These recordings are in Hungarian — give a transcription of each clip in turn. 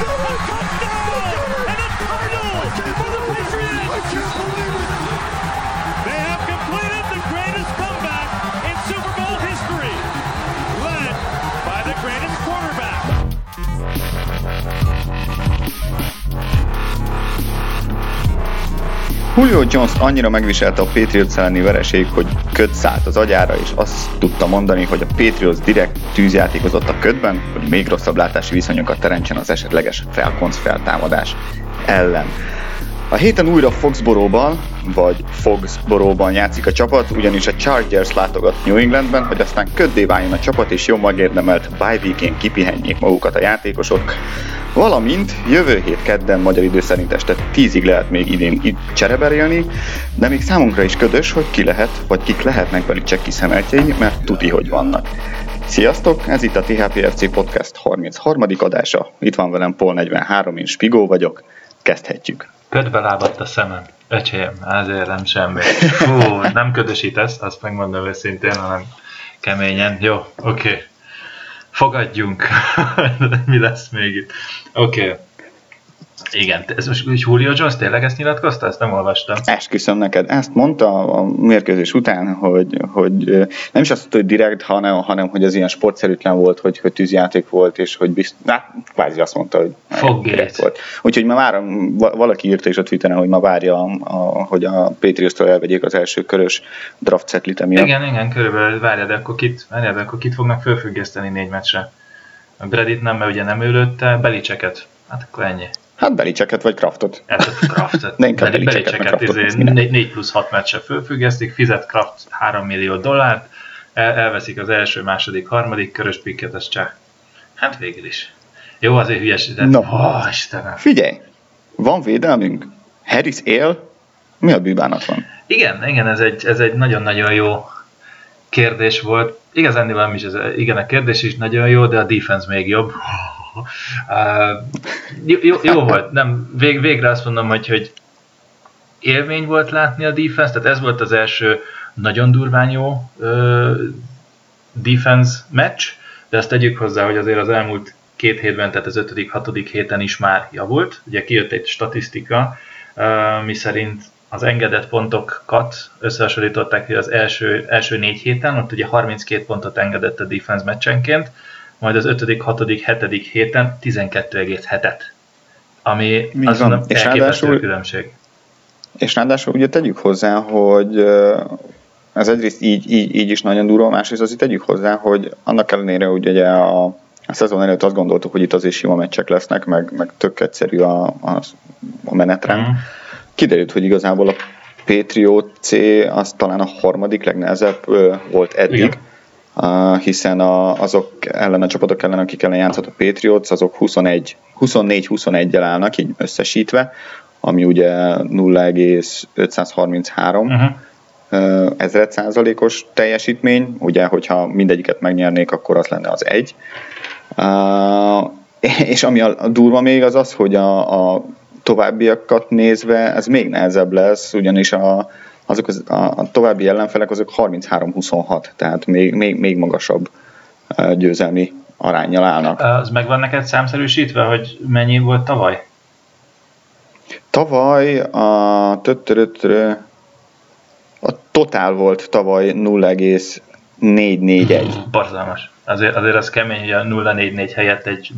They have completed the greatest comeback in Super Bowl history, led by the greatest quarterback. Julio Jones annyira megviselte a Patriots elleni vereség, hogy köd szállt az agyára, és azt tudta mondani, hogy a Patriots direkt tűzjátékozott a ködben, hogy még rosszabb látási viszonyokat teremtsen az esetleges Falcons feltámadás ellen. A héten újra Foxborough-ban játszik a csapat, ugyanis a Chargers látogat New Englandben, hogy aztán köddé váljon a csapat, és jó megérdemelt bye weekén kipihenjék magukat a játékosok. Valamint jövő hét kedden magyar idő szerint este 10-ig lehet még idén itt csereberélni, de még számunkra is ködös, hogy ki lehet, vagy kik lehetnek Belichick kiszemeltjei, mert tuti, hogy vannak. Sziasztok, ez itt a THPFC Podcast 33. adása. Itt van velem Paul 43, én Spigó vagyok. Kezdhetjük. Ködbe lábadt a szemem. Öcsém, azért nem semmi. Fú, nem ködösítesz, azt megmondom őszintén, hanem keményen. Jó, oké. Fogadjunk. Mi lesz még itt? Oké. Igen, ez most Julio Jones tényleg ezt nyilatkozta? Ezt nem olvastam. Esküszöm neked. Ezt mondta a mérkőzés után, hogy nem is azt mondta, hogy direkt, hanem hogy az ilyen sportszerűtlen volt, hogy tűzjáték volt, és hogy kvázi azt mondta, hogy direkt volt. Úgyhogy ma már valaki írta is a Twitteren, hogy ma várja, hogy a Patriots-től elvegyék az első körös draft cetlit emiatt. Igen, körülbelül várjad, akkor kit fognak fölfüggeszteni 4 meccsre. A Bradit nem, mert ugye nem ülötte, Belichicket. Hát akkor ennyi. Hát Belichicket vagy Kraftot. Kraftot. De inkább Belichicket 4+6 meccsre fölfüggesztik, fizet Kraft $3 millió, elveszik az első, második, harmadik körös pikket, az csak. Hát végül is. Jó, azért hülyesített. No. Istenem. Figyelj, van védelmünk? Harris él? Mi a bűbánat van? Igen, ez egy nagyon-nagyon jó kérdés volt. Igazán nem is igen, a kérdés is nagyon jó, de a defense még jobb. Jó volt, nem, végre azt mondom, hogy élmény volt látni a defense, tehát ez volt az első nagyon durván jó defense meccs, de azt tegyük hozzá, hogy azért az elmúlt 2 hétben, tehát az 5.-6. héten is már javult. Ugye kijött egy statisztika, miszerint az engedett pontokat összehasonlították, hogy az első 4 héten, ott ugye 32 pontot engedett a defense meccsenként, majd az 5., 6., 7. héten 12,7-et, ami azt mondom elképesztő különbség. És ráadásul ugye tegyük hozzá, hogy ez egyrészt így is nagyon durva, másrészt azért tegyük hozzá, hogy annak ellenére, hogy ugye a szezon előtt azt gondoltuk, hogy itt azért sima meccsek lesznek, meg tök egyszerű a menetrend. Kiderült, hogy igazából a Patriot az talán a 3. legnehezebb volt eddig. Igen. Hiszen azok ellen a csapatok ellen, akik ellen játszott a Patriots, azok 24-21-el állnak, így összesítve, ami ugye 0,533 ezredszázalékos teljesítmény, ugye, hogyha mindegyiket megnyernék, akkor az lenne az 1. És ami a durva még az, hogy a továbbiakat nézve ez még nehezebb lesz, ugyanis a további ellenfelek azok 33-26, tehát még magasabb győzelmi aránnyal állnak. Az meg van neked számszerűsítve, hogy mennyi volt tavaly? Tavaly a totál volt 0,441. Borzalmas. Azért az kemény, hogy a 0,44 helyett egy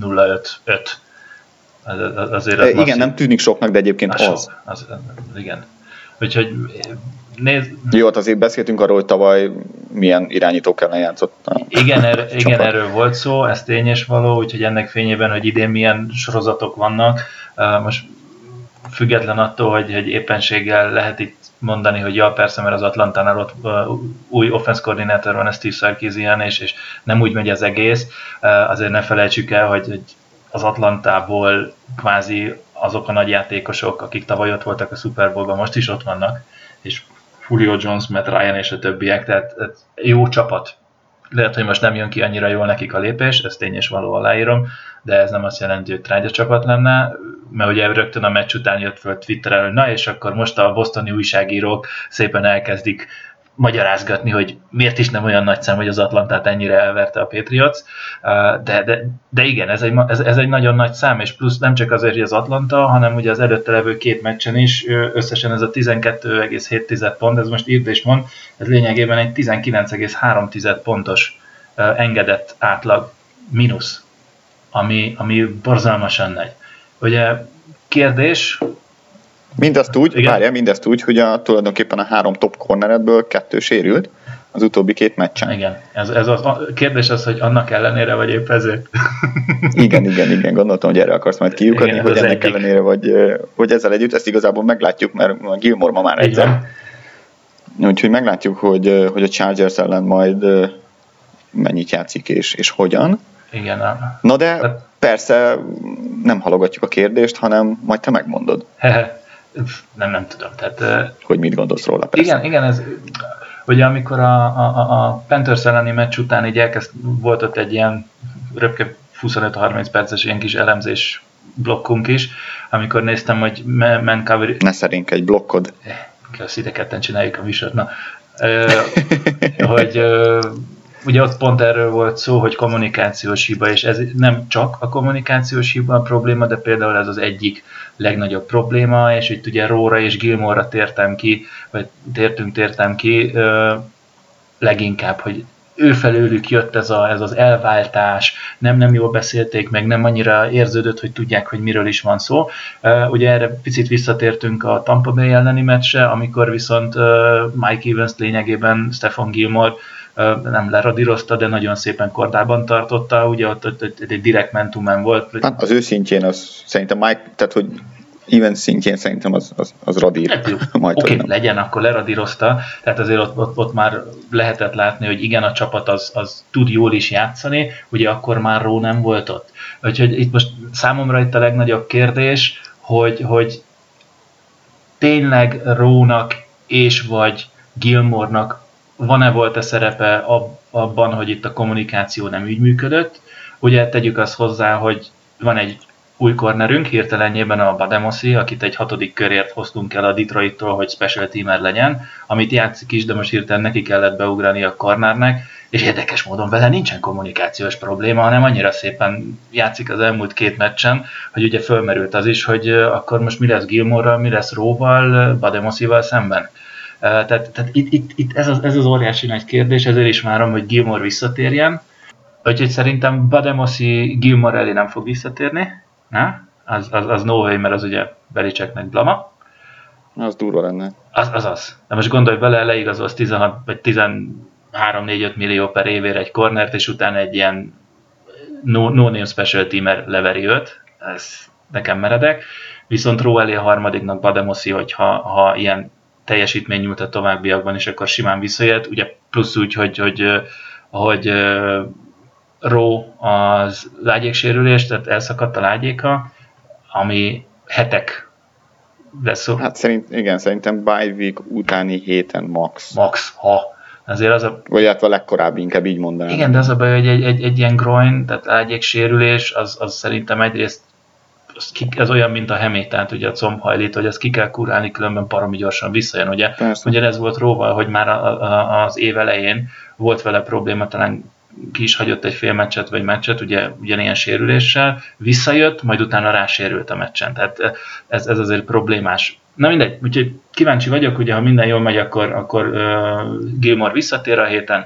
0,55. Azért igen, nem tűnik soknak, de egyébként az. Igen. Úgyhogy nézd. Jó, azért beszéltünk arról, hogy tavaly milyen irányítók ellen játszott. Igen, erről volt szó, ez tény és való, úgyhogy ennek fényében, hogy idén milyen sorozatok vannak, most független attól, hogy éppenséggel lehet itt mondani, hogy ja, persze, mert az Atlantánál ott új offense koordinátor van, ez Steve Sarkisian, és nem úgy megy az egész, azért ne felejtsük el, hogy az Atlantából kvázi azok a nagy játékosok, akik tavaly ott voltak a Super Bowlban, most is ott vannak, és Julio Jones, Matt Ryan és a többiek, tehát jó csapat. Lehet, hogy most nem jön ki annyira jól nekik a lépés, ez tény és való, aláírom, de ez nem azt jelenti, hogy trágya csapat lenne, mert ugye rögtön a meccs után jött föl Twitterre, hogy na és akkor most a bostoni újságírók szépen elkezdik magyarázgatni, hogy miért is nem olyan nagy szám, hogy az Atlantát ennyire elverte a Patriots, de igen, ez egy nagyon nagy szám, és plusz nem csak azért, hogy az Atlanta, hanem ugye az előtte levő 2 meccsen is összesen ez a 12,7 pont, ez most írd és mond, ez lényegében egy 19,3 pontos engedett átlag mínusz, ami borzalmasan nagy. Ugye kérdés... Mindezt úgy, hogy tulajdonképpen a 3 top corneredből 2 sérült az utóbbi 2 meccsen. Igen, ez a kérdés az, hogy annak ellenére, vagy épp ezért. Igen, gondoltam, hogy erre akarsz majd kiukadni, hogy ennek ellenére, vagy ezzel együtt, ezt igazából meglátjuk, mert a Gilmore ma már egyszer. Úgyhogy meglátjuk, hogy a Chargers ellen majd mennyit játszik és hogyan. Igen. Na de persze nem halogatjuk a kérdést, hanem majd te megmondod. Nem tudom. Tehát, hogy mit gondolsz róla, persze. Igen, ez... Ugye amikor a Panthers elleni meccs után így volt ott egy ilyen röpke 25-30 perces ilyen kis elemzés blokkunk is, amikor néztem, hogy man cover... Ne szerénk egy blokkod. Kösz, ide ketten csináljuk a műsort. Hogy ugye ott pont erről volt szó, hogy kommunikációs hiba, és ez nem csak a kommunikációs hiba a probléma, de például ez az egyik legnagyobb probléma, és itt ugye Róra és Gilmore-ra tértem ki leginkább, hogy őfelőlük jött ez az elváltás, nem jól beszélték meg, nem annyira érződött, hogy tudják, hogy miről is van szó. Ugye erre picit visszatértünk a Tampa Bay elleni meccsre, amikor viszont Mike Evans lényegében Stephon Gilmore nem leradírozta, de nagyon szépen kordában tartotta, ugye ott egy direct man-to-man volt. Hát az ő szintjén az szerintem Mike, tehát hogy Evans szintjén szerintem az radír. Hát, oké, legyen, akkor leradírozta, tehát azért ott már lehetett látni, hogy igen, a csapat az tud jól is játszani, ugye akkor már Ró nem volt ott. Úgyhogy itt most számomra itt a legnagyobb kérdés, hogy tényleg Rónak és vagy Gilmore-nak volt-e szerepe abban, hogy itt a kommunikáció nem úgy működött. Ugye tegyük azt hozzá, hogy van egy új cornerünk, hirtelenjében a Bademosi, akit egy 6. körért hoztunk el a Detroittól, hogy special teamer legyen, amit játszik is, de most hirtelen neki kellett beugrani a cornernek, és érdekes módon vele nincsen kommunikációs probléma, hanem annyira szépen játszik az elmúlt 2 meccsen, hogy ugye fölmerült az is, hogy akkor most mi lesz Gilmore-ral, mi lesz Róval, Bademosival szemben. Tehát itt ez az óriási nagy kérdés, ezért is várom, hogy Gilmore visszatérjen. Úgyhogy szerintem Bademosi Gilmore elé nem fog visszatérni. Az no way, mert az ugye Belichicknek blama. Az durva lenne. Az. De most gondolj bele, leigazolsz 16 vagy 13-4-5 millió per évére egy cornert, és utána egy ilyen no-name special teamer leveri őt. Ez nekem meredek. Viszont Ró elé a harmadiknak Bademosi, hogyha ilyen teljesítmény nyújt a továbbiakban, és akkor simán visszajött. Ugye plusz úgy, hogy Ró az lágyéksérülés, tehát elszakadt a lágyéka, ami hetek lesz. Hát szerintem bye week utáni héten max. Azért az a... Vagy hát a legkorábbi, inkább így mondanám. Igen, de az a baj, hogy egy ilyen groin, tehát lágyéksérülés, az szerintem egyrészt ez olyan, mint a hemét, tehát ugye a combhajlít, hogy ezt ki kell kurálni, különben baromi gyorsan visszajön, ugye? Persze. Ugyanez volt Róval, hogy már az év elején volt vele probléma, talán ki is hagyott egy fél meccset vagy meccset, ugye ugyanilyen sérüléssel, visszajött, majd utána rásérült a meccsen, tehát ez azért problémás. Na mindegy, úgyhogy kíváncsi vagyok, ugye ha minden jól megy, akkor Gilmore visszatér a héten.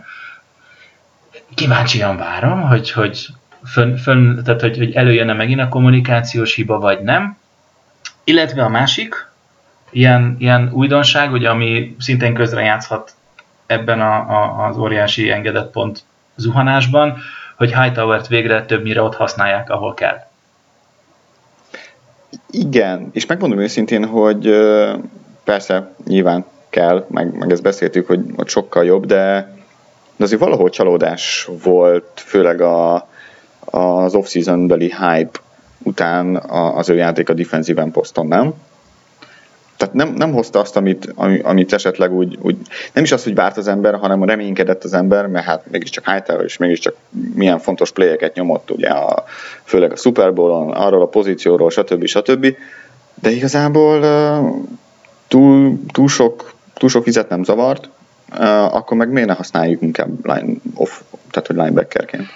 Kíváncsian várom, hogy tehát hogy előjön-e megint a kommunikációs hiba, vagy nem. Illetve a másik, ilyen újdonság, ugye, ami szintén közrejátszhat ebben az óriási engedett pont zuhanásban, hogy Hightowert végre többnyire ott használják, ahol kell. Igen, és megmondom őszintén, hogy persze nyilván kell, meg ezt beszéltük, hogy sokkal jobb, de azért valahol csalódás volt, főleg az off-season beli hype után az ő játék a defensive end poszton, nem? Tehát nem hozta azt, amit esetleg úgy, nem is az, hogy várt az ember, hanem reménykedett az ember, mert hát mégiscsak Hightower, és mégiscsak milyen fontos playeket nyomott, ugye, főleg a Super Bowl-on, arról a pozícióról, stb. De igazából túl sok vizet nem zavart, akkor meg miért ne használjuk inkább tehát hogy linebackerként?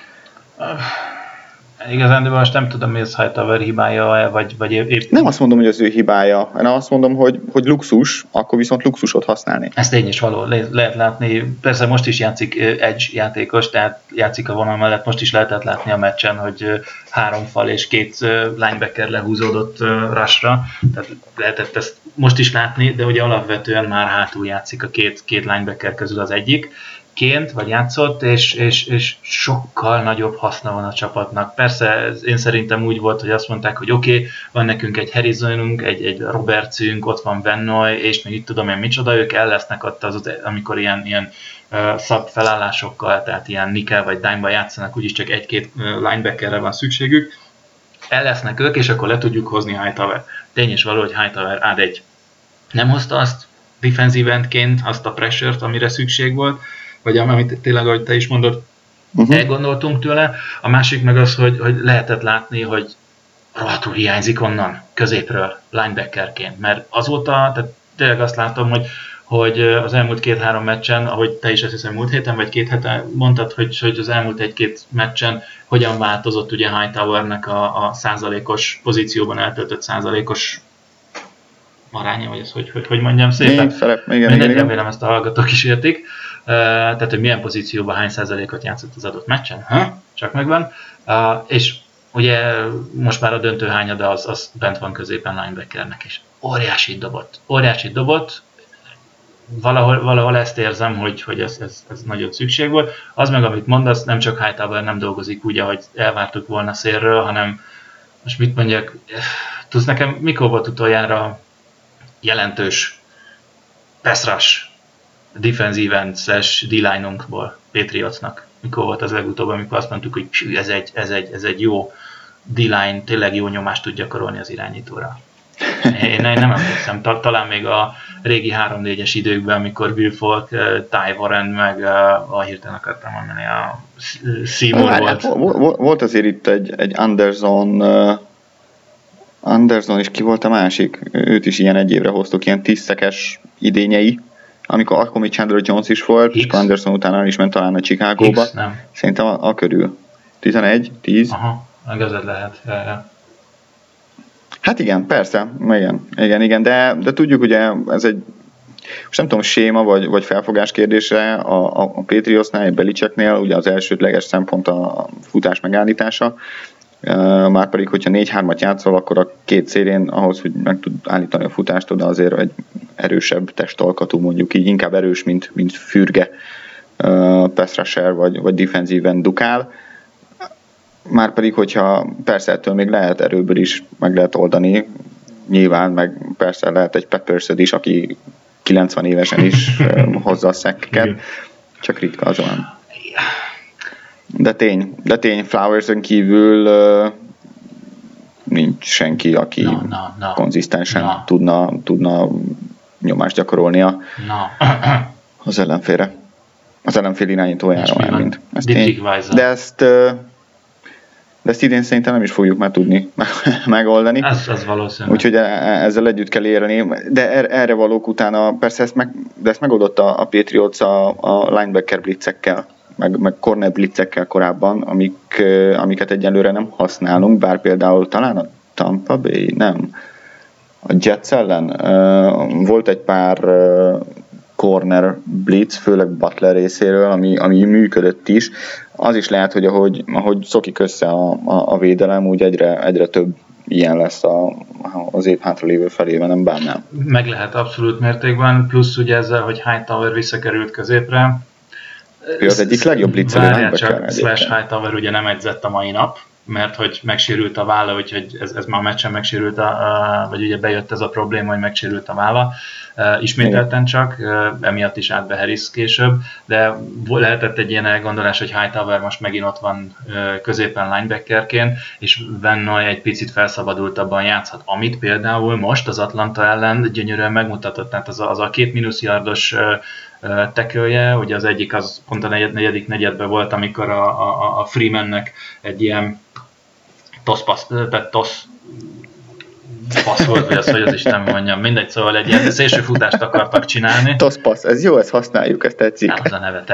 Igazán, de most nem tudom, mi az Hightower hibája, vagy épp... Nem azt mondom, hogy az ő hibája, hanem azt mondom, hogy luxus, akkor viszont luxusot használni. Ez tény is való, lehet látni. Persze most is játszik edge játékos, tehát játszik a vonal mellett, most is lehetett látni a meccsen, hogy 3 fal és 2 linebacker lehúzódott rushra, tehát lehetett ezt most is látni, de ugye alapvetően már hátul játszik a két linebacker közül az egyik. Vagy játszott, és sokkal nagyobb haszna van a csapatnak. Persze én szerintem úgy volt, hogy azt mondták, hogy oké, van nekünk egy Harrisonunk, egy Robertsünk, ott van Van Noy, és még itt tudom én micsoda, ők el lesznek ott, amikor ilyen szab felállásokkal, tehát ilyen nickel vagy dime-ba játszanak, úgyis csak 1-2 linebackerre van szükségük, el lesznek ők, és akkor le tudjuk hozni Hightower. Tény is való, hogy Hightower ad egy. Nem hozta azt defensive endként, azt a pressure-t, amire szükség volt, vagy amit tényleg, ahogy te is mondod, elgondoltunk tőle. A másik meg az, hogy lehetett látni, hogy rohadtul hiányzik onnan, középről, linebackerként. Mert azóta, tehát tényleg azt látom, hogy az elmúlt 2-3 meccsen, ahogy te is azt hiszem múlt héten, vagy 2 hete mondtad, hogy az elmúlt 1-2 meccsen hogyan változott ugye Hightowernek a százalékos pozícióban eltöltött százalékos aránya, vagy ez hogy mondjam szépen. Igen. Remélem ezt a hallgatók is értik. Tehát, hogy milyen pozícióban hány százalékot játszott az adott meccsen. Csak megvan. És ugye most már a döntő hányada az bent van középen linebackernek is. Óriásit dobott. Valahol ezt érzem, hogy ez nagyon szükség volt. Az meg, amit mondasz, nem csak Hightower nem dolgozik úgy, ahogy elvártuk volna szélről, hanem most mit mondjak, tudsz nekem, mikor volt utoljára jelentős pass rush defensive end / D-line-unkból Patriotsnak? Mikor volt az legutóbb, amikor azt mondtuk, hogy ez egy jó D-line, tényleg jó nyomást tud gyakorolni az irányítóra. Én nem emlékszem, talán még a régi 3-4-es időkben, amikor Will Falk, Ty Warren, meg a hirtelen akartam mondani, a Seymour volt. Volt azért itt egy Anderson is, ki volt a másik? Őt is ilyen egy évre hoztuk, ilyen 10-szekes idényei, akkor még Chandler Jones is volt, és Anderson utána is ment talán a Chicagóba. Szerintem a körül. 11, 10. Aha, igazad lehet. Ja. Hát igen, persze, igen, de tudjuk, ugye ez egy, most nem tudom, séma vagy felfogás kérdése a Patriotsnál, a Belichicknél, ugye az elsődleges szempont a futás megállítása, márpedig, hogyha 4-3-at játszol, akkor a két szélén ahhoz, hogy meg tud állítani a futást, oda azért egy erősebb testalkatú, mondjuk így, inkább erős, mint fürge pass rusher vagy defensive end dukál. Márpedig, hogyha persze ettől még lehet erőből is meg lehet oldani, nyilván, meg persze lehet egy Peppersed is, aki 90 évesen is hozza a szekkeket, csak ritka az olyan. De tény, Flowersen kívül nincs senki, aki konzisztensen tudna nyomást gyakorolnia az ellenfélre. Az ellenfél irányítójára már mind. De ezt idén szerintem nem is fogjuk már tudni megoldani. Ez valószínű. Úgyhogy ezzel együtt kell érni. De erre valók utána, persze ezt megoldotta a Patriots a linebacker blitzekkel, meg corner blitzekkel korábban, amiket egyelőre nem használunk, bár például talán a Tampa Bay, nem. A Jets ellen volt egy pár corner blitz, főleg Butler részéről, ami működött is. Az is lehet, hogy ahogy szokik össze a védelem, úgy egyre több ilyen lesz az év hátralévő felében, nem bánnám. Meg lehet abszolút mértékben, plusz ugye ezzel, hogy Hightower visszakerült középre. Ő az egyik legjobb blitzelő linebacker. Hightower ugye nem edzett a mai nap, mert hogy megsérült a válla, úgyhogy ez már a meccsen megsérült, vagy ugye bejött ez a probléma, hogy megsérült a válla. Ismételten csak, emiatt is át be Harris később, de lehetett egy ilyen elgondolás, hogy Hightower most megint ott van középen linebackerként, és Van Noy egy picit felszabadultabban játszhat, amit például most az Atlanta ellen gyönyörűen megmutatott, tehát az a 2 mínuszjardos tekölje, ugye az egyik az pont a negyedik negyedben volt, amikor a Freemannek egy ilyen tosz passzol, vagy az, hogy az Isten mondjam, mindegy, szóval egy ilyen szélső futást akartak csinálni. Toszpassz, ez jó, ezt használjuk, ezt tetszik. Nem, az a nevete.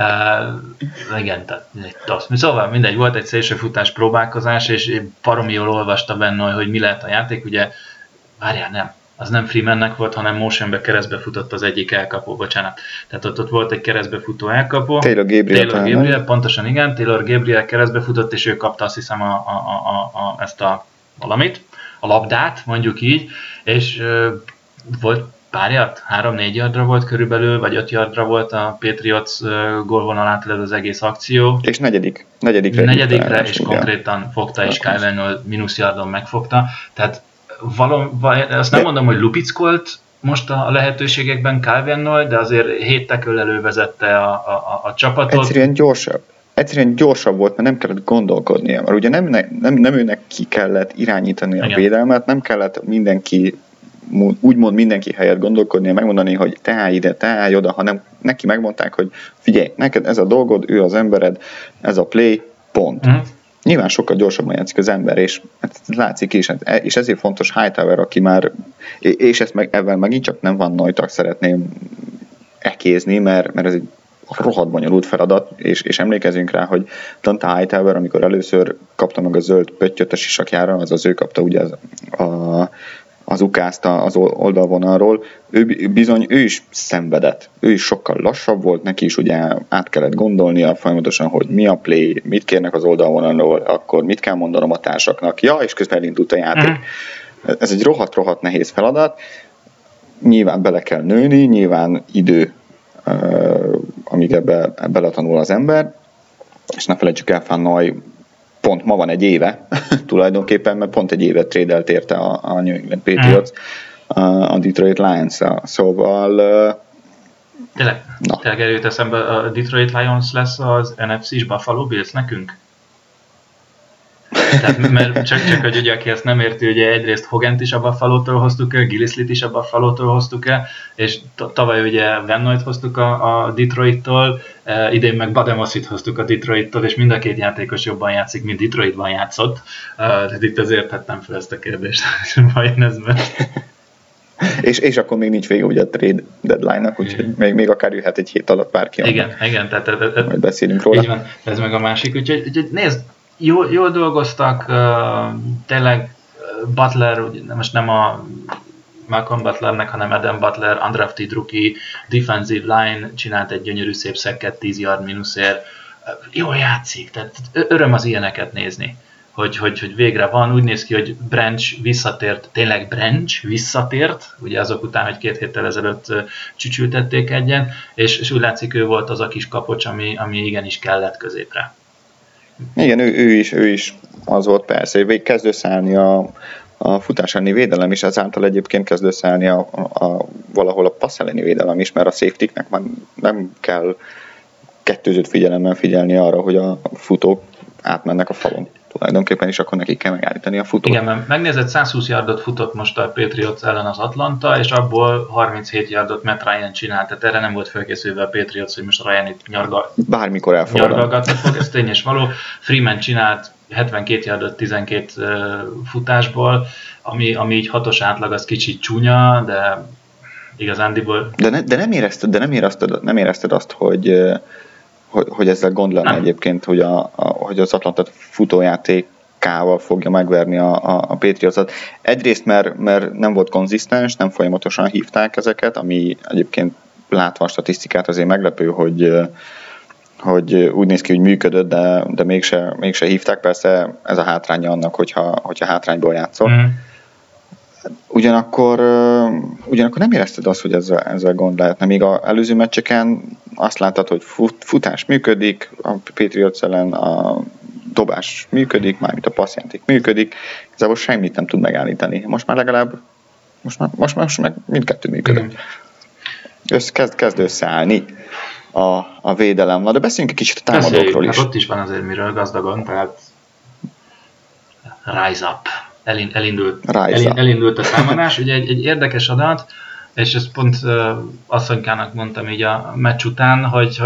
Igen, tehát egy tosz. Szóval mindegy, volt egy szélső futás próbálkozás, és baromi jól olvasta benne, hogy mi lehet a játék, ugye, várjál, nem. Az nem Freemannek volt, hanem motionbe keresztbe futott az egyik elkapó, bocsánat. Tehát ott volt egy keresztbe futó elkapó. Taylor Gabriel, pontosan igen, Taylor Gabriel keresztbe futott, és ő kapta azt hiszem ezt a valamit, a labdát, mondjuk így, és volt pár yard, 3-4 yardra volt körülbelül, vagy 5 yardra volt a Patriots gólvonalát led az egész akció. És negyedikre és konkrétan fogta, és Kyle Van Noy mínusz yardon megfogta. Tehát azt nem mondom, hogy lupickolt most a lehetőségekben Kyle Van Noy, de azért 7 tackle-lel vezette a csapatot. Egyszerűen gyorsabb volt, mert nem kellett gondolkodnia. Mert ugye nem őnek ki kellett irányítani a védelmet, nem kellett úgymond mindenki helyett gondolkodnia, megmondani, hogy te állj ide, te állj oda, hanem neki megmondták, hogy figyelj, neked ez a dolgod, ő az embered, ez a play, pont. Nyilván sokkal gyorsabban játszik az ember, és hát látszik is, és ezért fontos Hightower, aki már, és ezt ebben megint csak nem Van Noynak szeretném ekézni, mert ez egy rohadt bonyolult feladat, és emlékezünk rá, hogy Dante Hightower, amikor először kapta meg a zöld pöttyöt a sisakjára, azaz ő kapta ugye az ukázt az oldalvonalról, ő is szenvedett, ő is sokkal lassabb volt, neki is ugye át kellett gondolnia folyamatosan, hogy mi a play, mit kérnek az oldalvonalról, akkor mit kell mondanom a társaknak, és közben elindult a játék. Ez egy rohadt nehéz feladat, nyilván bele kell nőni, nyilván idő, amíg ebbe beletanul az ember, és ne felejtsük el, Van Noy pont ma van egy éve, tulajdonképpen, mert pont egy évet trédelt érte a New England Patriots a Detroit Lions-ra. Szóval... Tényleg erőt eszembe, a Detroit Lions lesz az NFC-s Buffalo Bills nekünk? Tehát, mert csak hogy ugye, aki ezt nem érti, ugye egyrészt Hogant is a Buffalo-tól hoztuk el, Gillislit is a Buffalo-tól hoztuk el, és tavaly ugye Van Noyt hoztuk a Detroit-tól, idén meg Bademosit hoztuk a Detroit-tól, és mind a két játékos jobban játszik, mint Detroitban játszott. Tehát itt azért tettem fel ezt a kérdést, vajon ez és akkor még nincs vége ugye a trade deadline-nak, úgyhogy még akár jöhet egy hét alatt bárki. Igen, tehát majd beszélünk róla. Így van, ez meg a másik, úgyhogy nézd, jól dolgoztak, tényleg Butler, most nem a Malcolm Butlernek, hanem Adam Butler, undrafted rookie, defensive line, csinált egy gyönyörű szép szekket 10 yard mínuszért, jól játszik, tehát öröm az ilyeneket nézni, hogy végre van, úgy néz ki, hogy Branch visszatért, tényleg Branch visszatért, ugye azok után, hogy 2 héttel ezelőtt csücsültették egyen, és úgy látszik, ő volt az a kis kapocs, ami igenis kellett középre. Igen, ő is az volt persze, hogy kezd összeállni a futás elleni védelem is, ezáltal egyébként kezd összeállni valahol a passz elleni védelem is, mert a safety-nek már nem kell kettőzött figyelemmel figyelni arra, hogy a futók átmennek a falon tulajdonképpen, és akkor nekik kell megállítani a futót. Igen, mert megnézed, 120 yardot futott most a Patriots ellen az Atlanta, és abból 37 yardot Matt Ryan csinált, tehát erre nem volt felkészülve a Patriots, hogy most Ryan itt bármikor nyargalgatni fog, ez tény és való. Freeman csinált 72 yardot 12 futásból, ami így 6-os átlag, az kicsit csúnya, de igazándiból... De nem érezted azt, hogy ezzel gond lenne egyébként, hogy az Atlanta futójátékával fogja megverni a Patriots-ot. Egyrészt, mert nem volt konzisztens, nem folyamatosan hívták ezeket, ami egyébként látva a statisztikát azért meglepő, hogy úgy néz ki, hogy működött, de mégse hívták. Persze ez a hátránya annak, hogyha hátrányból játszol. Ugyanakkor nem érezted azt, hogy ezzel gond lehetne. Még az előző meccseken azt láttad, hogy futás működik, a Patriots ellen a dobás működik, mármint a passzjáték működik, igazából semmit nem tud megállítani. Most már legalább, most meg mindkettő működik. Kezd összeállni a védelem. Na, de beszéljünk egy kicsit a támadókról is. Hát ott is van azért miről gazdagon, tehát rise up. Elindult a támadás. Ugye egy érdekes adat, és ezt pont asszonykának mondtam így a meccs után, hogy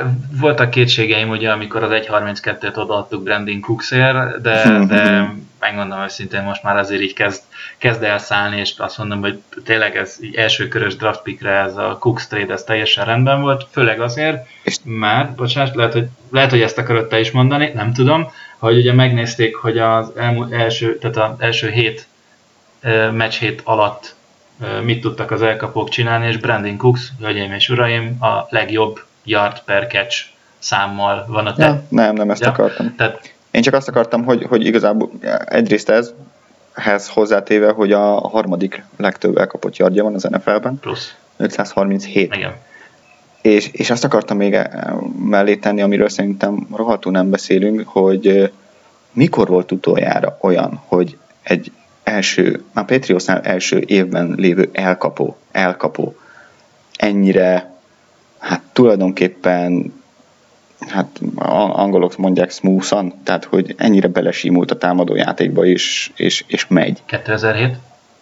voltak kétségeim, ugye, amikor az 1.32-t odaadtuk Brandon Cooksért, de megmondom őszintén, most már azért így kezd elszállni, és azt mondom, hogy tényleg ez így első körös draft pickre ez a Cooks trade, ez teljesen rendben volt, főleg azért, mert, bocsánat, lehet, hogy ezt akarod te is mondani, nem tudom, hogy ugye megnézték, hogy az első hét meccs hét alatt mit tudtak az elkapók csinálni, és Brandon Cooks, hölgyeim és uraim, a legjobb yard per catch számmal van a Nem ezt akartam. Én csak azt akartam, hogy igazából egyrészt ehhez hozzátéve, hogy a harmadik legtöbb elkapott yardja van az NFL-ben. Plusz. 537. Igen. És azt akartam még mellé tenni, amiről szerintem rohadtul nem beszélünk, hogy mikor volt utoljára olyan, hogy egy már Patriotsnál első évben lévő elkapó ennyire, hát tulajdonképpen, hát angolok mondják smooth-an, tehát hogy ennyire belesímult a támadó játékba és megy. 2007?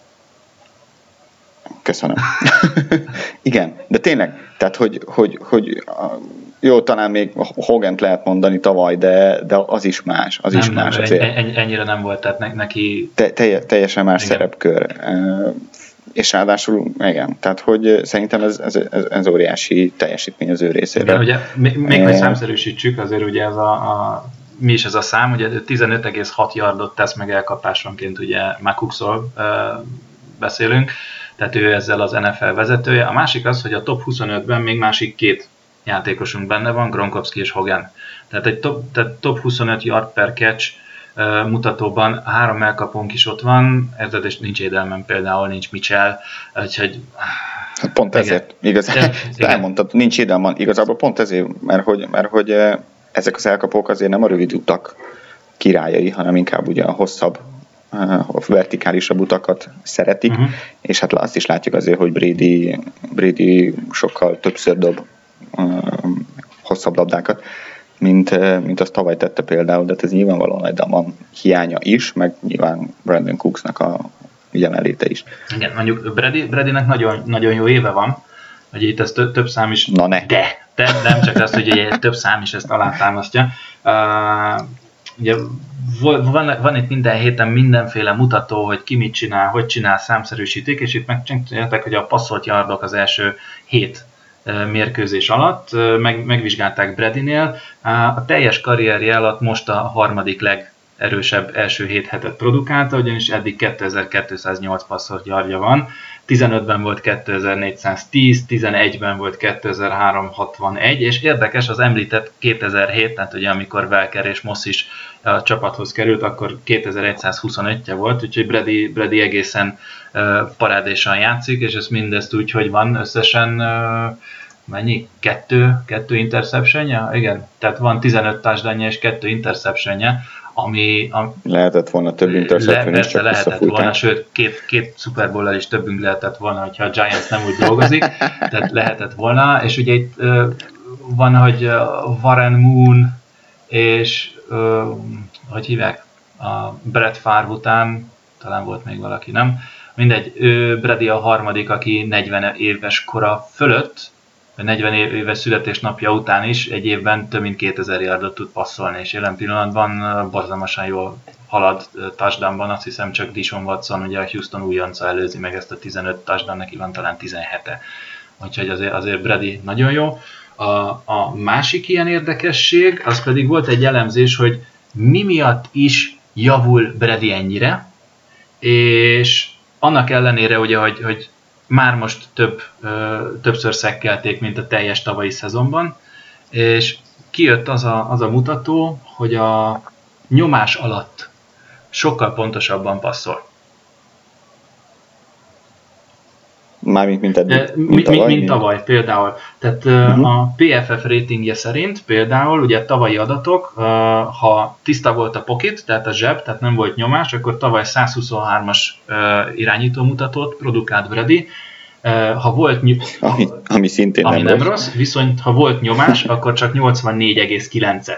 Köszönöm. Igen, de tényleg, tehát hogy jó, talán még Hogant lehet mondani tavaly, de az is más. Ennyire nem volt, tehát neki... Teljesen más szerepkör. És ráadásul, igen, tehát hogy szerintem ez óriási teljesítmény az ő részéről. Igen, ugye, még hogy számszerűsítsük, azért ugye mi is ez a szám, ugye 15,6 yardot tesz meg elkapásonként, ugye Makuxról beszélünk, tehát ő ezzel az NFL vezetője. A másik az, hogy a top 25-ben még másik két játékosunk benne van, Gronkowski és Hogan. Tehát egy top 25 yard per catch mutatóban 3 elkapónk is ott van, érted, és nincs Edelman például, nincs Mitchell, úgyhogy... Pont ezért, igazából elmondtad, nincs Edelman, igazából pont ezért, mert hogy ezek az elkapók azért nem a rövid utak királyai, hanem inkább ugye a hosszabb, a vertikálisabb utakat szeretik, és hát azt is látjuk azért, hogy Brady sokkal többször dob hosszabb labdákat, mint azt tavaly tette például, de ez nyilvánvalóan Edelman hiánya is, meg nyilván Brandon Cooksnak a jelenléte is. Igen, mondjuk Bradynek nagyon, nagyon jó éve van, hogy itt ez több szám is... Na ne! De nem csak azt, hogy több szám is ezt alátámasztja. Ugye van itt minden héten mindenféle mutató, hogy ki mit csinál, hogy csinál, számszerűsítik, és itt megcsinálták, hogy a passzolt yardok az első 7 mérkőzés alatt, megvizsgálták Bradynél. A teljes karrierje alatt most a harmadik legerősebb első 7 hetet produkálta, ugyanis eddig 2208 passzolt yardja van. 15-ben volt 2410, 11-ben volt 2361, és érdekes, az említett 2007, tehát ugye amikor Welker és Moss is a csapathoz került, akkor 2125-je volt, úgyhogy Brady egészen parádésan játszik, és ez mindezt úgy, hogy van összesen mennyi? 2 interceptionje? Igen, tehát van 15 touchdownja és 2 interceptionje, ami lehetett volna több interception is, csak lehetett volna, sőt, két Super Bowl-el is többünk lehetett volna, hogyha a Giants nem úgy dolgozik, tehát lehetett volna, és ugye itt van, hogy Warren Moon és hogy hívják, a Brett Favre után, talán volt még valaki, nem? Mindegy, Brady a harmadik, aki 40 éves kora fölött, 40 éves születésnapja után is egy évben több mint 2000 yardot tud passzolni, és jelen pillanatban borzalmasan jól halad touchdownban, azt hiszem csak Deshaun Watson, ugye a Houston újonca előzi meg ezt a 15 touchdown, neki van talán 17-e. Úgyhogy azért Brady nagyon jó. A másik ilyen érdekesség, az pedig volt egy elemzés, hogy mi miatt is javul Brady ennyire, és annak ellenére, ugye, hogy már most többször szekkelték, mint a teljes tavalyi szezonban, és kijött az a mutató, hogy a nyomás alatt sokkal pontosabban passzol. Mármint mint eddig? Mint tavaly például. Tehát a PFF ratingje szerint például, ugye tavalyi adatok, ha tiszta volt a pocket, tehát a zseb, tehát nem volt nyomás, akkor tavaly 123-as irányítómutatót produkált Brady. Ha volt ami szintén ami nem rossz, viszont ha volt nyomás, akkor csak 84,9-et.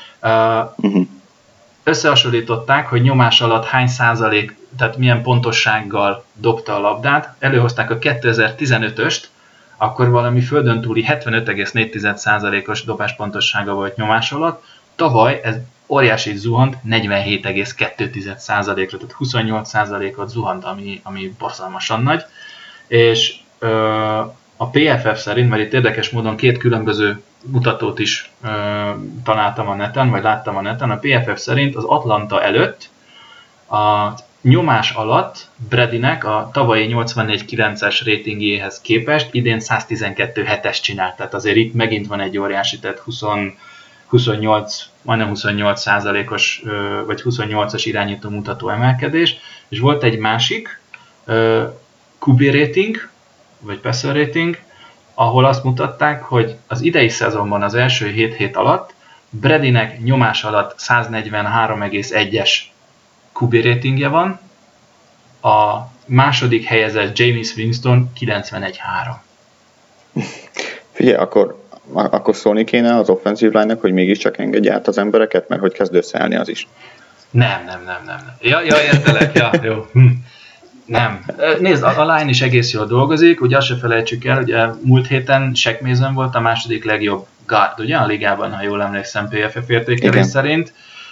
Összehasonlították, hogy nyomás alatt hány százalék, tehát milyen pontossággal dobta a labdát. Előhozták a 2015-öst, akkor valami földön túli 75,4%-os dobáspontossága volt nyomás alatt. Tavaly ez óriási zuhant, 47,2%-ra, tehát 28%-ot zuhant, ami borzalmasan nagy, és a PFF szerint, mert itt érdekes módon két különböző mutatót is találtam a neten, vagy láttam a neten, a PFF szerint az Atlanta előtt a nyomás alatt Bradynek a tavalyi 84-9-es ratingjéhez képest idén 112-7-es csinált, tehát azért itt megint van egy óriási, tehát 28, majdnem 28%-os, vagy 28-as irányító mutató emelkedés, és volt egy másik QB rating, vagy passer rating, ahol azt mutatták, hogy az idei szezonban az első 7 hét alatt Bradynek nyomás alatt 143,1-es QB ratingje van, a második helyezett Jameis Winston 91,3. Figyelj, akkor szólni kéne az offensive line-nak, hogy mégiscsak engedj át az embereket, mert hogy kezd összeállni az is. Nem. Ja, értelek, ja, jó. Nem. Nézd, a line is egész jól dolgozik, ugye azt se felejtsük el, ugye múlt héten Shaq Mason volt a második legjobb guard, ugye a ligában, ha jól emlékszem, PFF értékelés szerint.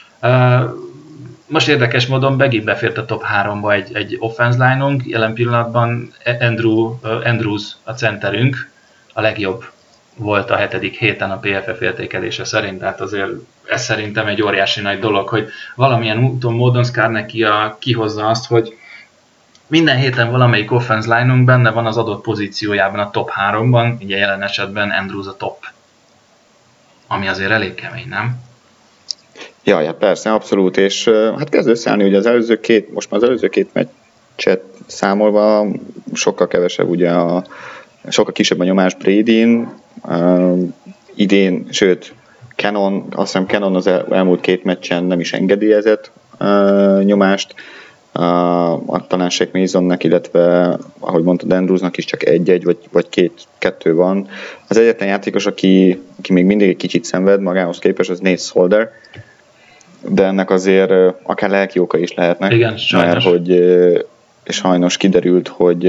Most érdekes módon megint befért a top 3-ba egy offense line-unk, jelen pillanatban Andrews a centerünk, a legjobb volt a 7. héten a PFF értékelése szerint, tehát azért ez szerintem egy óriási nagy dolog, hogy valamilyen úton, módon Skarnecki kihozza azt, hogy minden héten valamelyik offense line-unk benne van az adott pozíciójában a top 3-ban, ugye jelen esetben Andrews a top, ami azért elég kemény, nem? Ja, persze, abszolút, és hát kezd összeállni, ugye az előző két meccset számolva sokkal kevesebb, ugye sokkal kisebb a nyomás Bradyn, idén, sőt, azt hiszem Cannon az elmúlt 2 meccsen nem is engedélyezett nyomást, talán Shaq Masonnek, illetve ahogy mondtad, Andrewsnak is csak 1-1 vagy 2 van. Az egyetlen játékos, aki még mindig egy kicsit szenved magához képest, az Nate Solder, de ennek azért akár lelki oka is lehetnek. Igen, sajnos. Mert és sajnos kiderült, hogy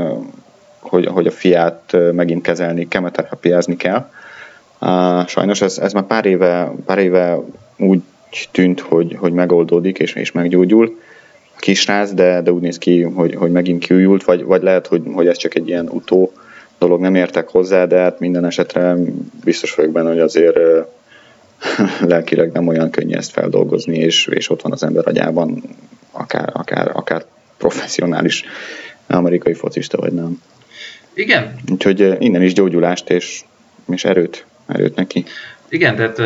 a fiát megint kezelni, kemoterapiázni kell. Sajnos ez már pár éve úgy tűnt, hogy megoldódik és meggyógyul a kisrác, de úgy néz ki, hogy megint kiújult, vagy lehet, hogy ez csak egy ilyen utó dolog, nem értek hozzá, de hát minden esetre biztos vagyok benne, hogy azért lelkileg nem olyan könnyű ezt feldolgozni, és ott van az ember agyában, akár professzionális amerikai focista, vagy nem. Igen. Úgyhogy innen is gyógyulást és erőt neki. Igen, tehát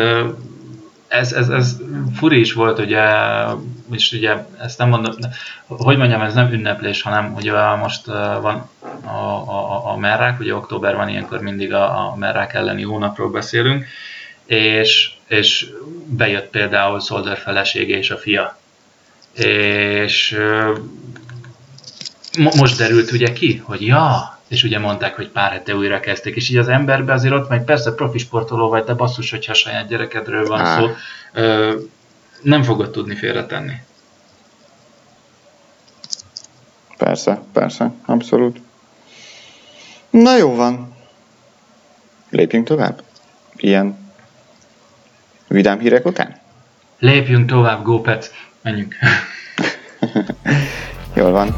ez furi is volt, ugye, és ugye ezt nem mondom, hogy mondjam, ez nem ünneplés, hanem ugye most van a merrák, ugye október van, ilyenkor mindig a merrák elleni hónapról beszélünk, és bejött például Solder felesége és a fia. És most derült ugye ki, hogy és ugye mondták, hogy pár hete újra kezdték, és így az emberbe azért ott megy, persze profi sportoló vagy, de basszus, hogyha a saját gyerekedről van szó, nem fogod tudni félretenni. Persze, abszolút. Na jó van. Lépjünk tovább? Ilyen vidám hírek után? Lépjünk tovább, go Pets, menjünk. Jól van.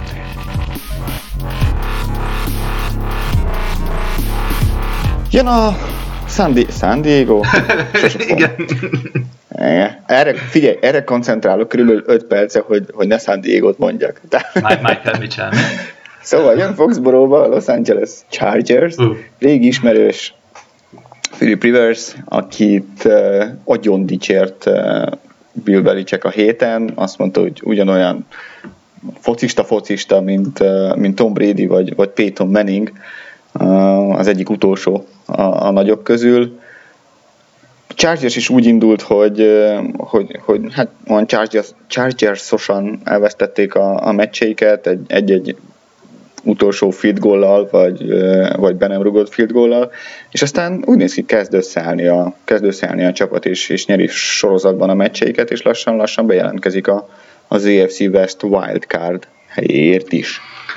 Jön a San Diego. Igen. Erre koncentrálok körülbelül 5 perce, hogy ne San Diego-t mondjak. Michael Mitchell. Szóval jön Foxborough-ba a Los Angeles Chargers, régi ismerős Philip Rivers, akit agyon dicsért Bill Belichick a héten, azt mondta, hogy ugyanolyan focista, mint Tom Brady vagy Peyton Manning, az egyik utolsó a nagyok közül. A Chargers is úgy indult, hogy hát olyan Chargers-osan elvesztették a meccseiket egy utolsó field goal-lal, vagy be nem rugott field goal-lal, és aztán úgy néz ki, kezd összeállni a csapat, és nyeri sorozatban a meccseiket, és lassan bejelentkezik az AFC West wildcard helyéért is.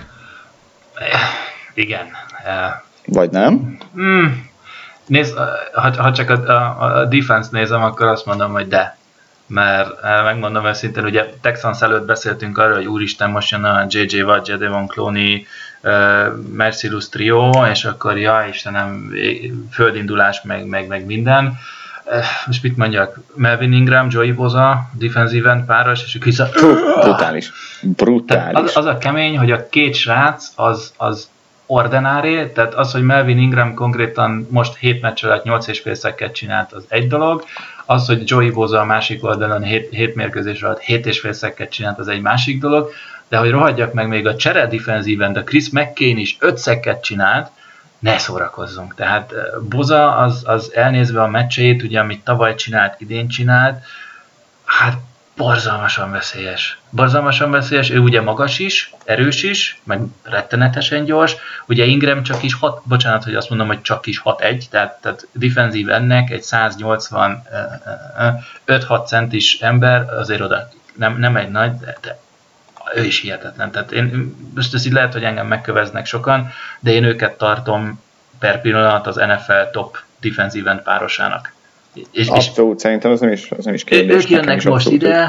Igen. Vagy nem? Nézd, ha csak a defense nézem, akkor azt mondom, hogy de. mert megmondom őszintén, ugye Texans előtt beszéltünk arról, hogy úristen, most jön a J.J. Watt, Jadeveon Clowney, Mercilus trio, és akkor ja, Istenem, földindulás, meg minden. Most mit mondjak? Melvin Ingram, Joey Bosa, defensive end páros, és vissza... Brutális. Az a kemény, hogy a két srác az ordinári, tehát az, hogy Melvin Ingram konkrétan most 7 meccs alatt 8,5 szekket csinált, az egy dolog, az, hogy Joey Bosa a másik oldalon 7 mérkőzés alatt 7,5 szekket csinált, az egy másik dolog, de hogy rohadjak meg még a csere defensive end, a Chris McCain is 5 szekket csinált, ne szórakozzunk. Tehát Bosa az elnézve a meccseit, ugye amit tavaly csinált, idén csinált, hát borzalmasan veszélyes. Borzalmasan veszélyes, ő ugye magas is, erős is, meg rettenetesen gyors. Ugye Ingram csak is 6, bocsánat, hogy azt mondom, hogy csak is 6-1, tehát defensív ennek egy 180 5-6 centis ember azért oda nem egy nagy, de ő is hihetetlen. Tehát most ez így lehet, hogy engem megköveznek sokan, de én őket tartom per pillanat az NFL top defensive end párosának. Abszolút, szerintem az nem is kérdés. Ők jönnek most ide,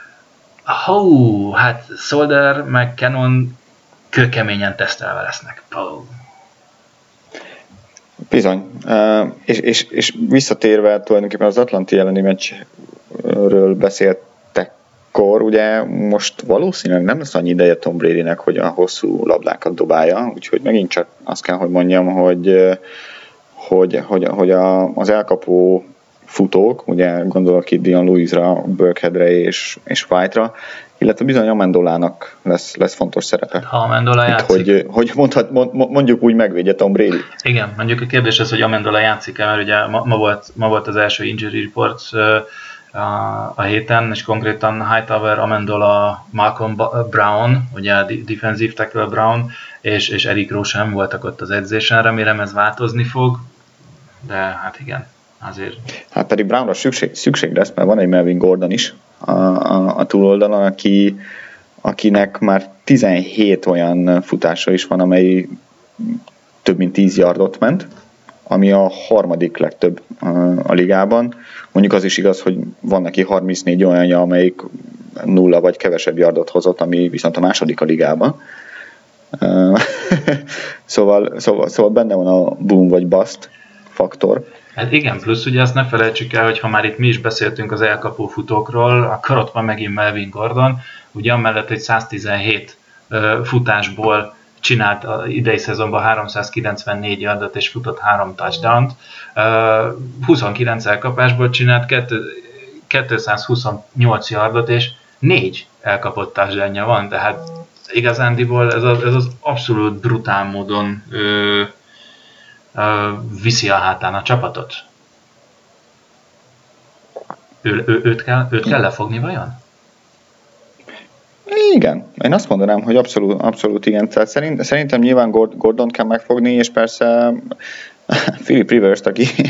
hát Solder meg Cannon kőkeményen tesztelve lesznek. Bizony. És visszatérve tulajdonképpen az Atlanti elleni meccsről beszéltekkor, ugye most valószínűleg nem lesz annyi ideje Tom Bradynek, hogy a hosszú labdákat dobálja, úgyhogy megint csak azt kell, hogy mondjam, hogy az elkapó futók, ugye gondolok itt Dion Lewisra, Burkheadre és White-ra, illetve bizony Amendolának lesz fontos szerepe. Ha Amendola játszik. Hogy mondjuk úgy megvédje Tom Brady. Igen, mondjuk a kérdés az, hogy Amendola játszik-e, mert ugye ma volt az első injury report a héten, és konkrétan Hightower, Amendola, Malcolm Brown, ugye a defensive tackle Brown, és Eric Rowe sem voltak ott az edzésen, remélem ez változni fog, de hát igen. Azért. Hát pedig Brownra szükség lesz, mert van egy Melvin Gordon is a túloldalon, akinek már 17 olyan futása is van, amely több mint 10 yardot ment, ami a harmadik legtöbb a ligában. Mondjuk az is igaz, hogy van neki 34 olyanja, amelyik 0 vagy kevesebb yardot hozott, ami viszont a második a ligában. Szóval benne van a boom vagy bust faktor. Hát igen, plusz ugye azt ne felejtsük el, hogy ha már itt mi is beszéltünk az elkapó futókról, akkor ott van megint Melvin Gordon, ugye amellett, hogy 117 futásból csinált az idei szezonban 394 yardot és futott 3 touchdownt, 29 elkapásból csinált 228 yardot és 4 elkapott touchdownja van, tehát igazándiból ez az abszolút brutál módon viszi a hátán a csapatot. Őt kell lefogni vajon? Igen, én azt mondanám, hogy abszolút igen. Tehát szerintem nyilván Gordon kell megfogni, és persze Philip Rivers-t,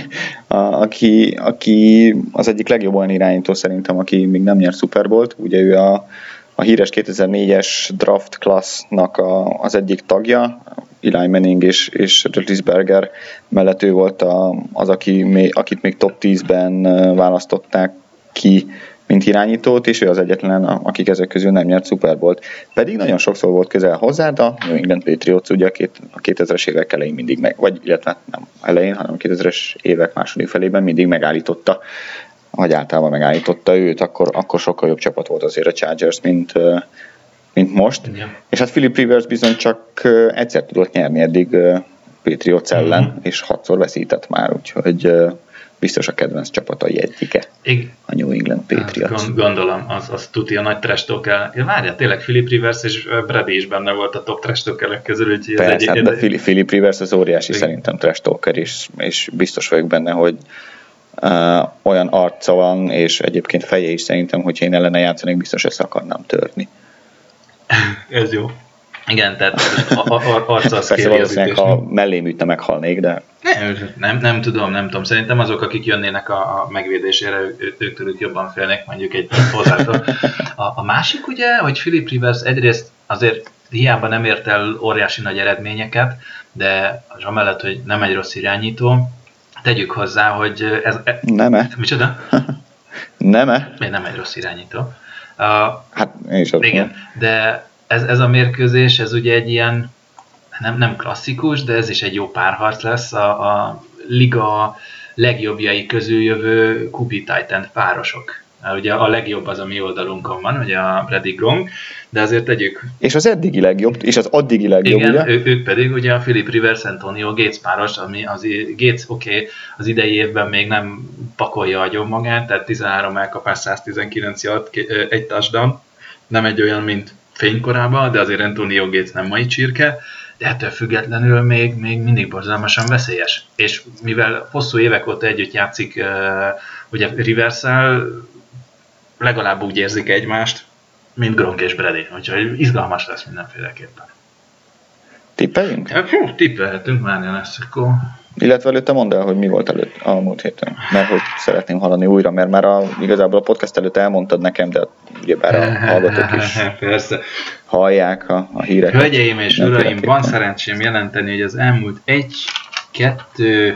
aki az egyik legjobb olyan irányító szerintem, aki még nem nyert Super Bowl-t. Ugye ő a híres 2004-es draft class-nak az egyik tagja, Eli Manning és Roethlisberger mellett ő volt az, akit még top 10-ben választották ki, mint irányítót, és ő az egyetlen, akik ezek közül nem nyert Super Bowl-t. Pedig nagyon sokszor volt közel hozzá, de a New England Patriots ugye a 2000-es évek elején mindig illetve nem elején, hanem a 2000-es évek második felében mindig megállította, vagy általában megállította őt, akkor sokkal jobb csapat volt azért a Chargers, mint most. Igen. És hát Philip Rivers bizony csak egyszer tudott nyerni eddig Patriots ellen, és 6-szor veszített már, úgyhogy biztos a kedvenc csapatai egyike. A New England Patriots. Gondolom, az tuti a nagy trash talker. Várjál, tényleg Philip Rivers és Brady is benne volt a top trash talkerek közül. Persze, de Philip Rivers az óriási szerintem trash talker is, és biztos vagyok benne, hogy olyan arca van, és egyébként feje is szerintem, hogyha én ellene játszanék, biztos ezt akarnám törni. Ez jó. Igen, tehát arca az kéri az ütést. Ha mellém ütne, meghalnék, de... Nem tudom. Szerintem azok, akik jönnének a megvédésére, őktől jobban félnek, mondjuk egy hozzától. A másik ugye, hogy Philip Rivers egyrészt azért hiába nem ért el óriási nagy eredményeket, de az amellett, hogy nem egy rossz irányító, tegyük hozzá, hogy ez... Nem-e? Micsoda? Nem-e? Nem egy rossz irányító. Hát én is azt igen, mondom. de ez a mérkőzés, ez ugye egy ilyen, nem klasszikus, de ez is egy jó párharc lesz. A liga legjobbjai közül jövő Kubi Titan párosok. Ugye a legjobb az a mi oldalunkon van, ugye a Brady Gronk, de azért tegyük. És az eddigi legjobb, és az addigi legjobb, igen, ugye? Ők pedig ugye a Philip Rivers Antonio Gates páros, ami Gates az idei évben még nem pakolja agyon magát, tehát 13 elkapás, 119 yard, egy touchdown, nem egy olyan, mint fénykorában, de azért Antonio Gates nem mai csirke, de ettől függetlenül még mindig borzalmasan veszélyes. És mivel hosszú évek óta együtt játszik ugye Rivers-szel, legalább úgy érzik egymást, mint Gronk és Brady. Úgyhogy izgalmas lesz mindenféleképpen. Tippeljünk? Tippelhetünk, várjál lesz akkor. Illetve előtte mondd el, hogy mi volt előtt a múlt héten. Mert hogy szeretném hallani újra, mert már igazából a podcast előtt elmondtad nekem, de ugyebár a hallgatók is persze. hallják a híreket. Hölgyeim és uraim, van szerencsém jelenteni, hogy az elmúlt 2?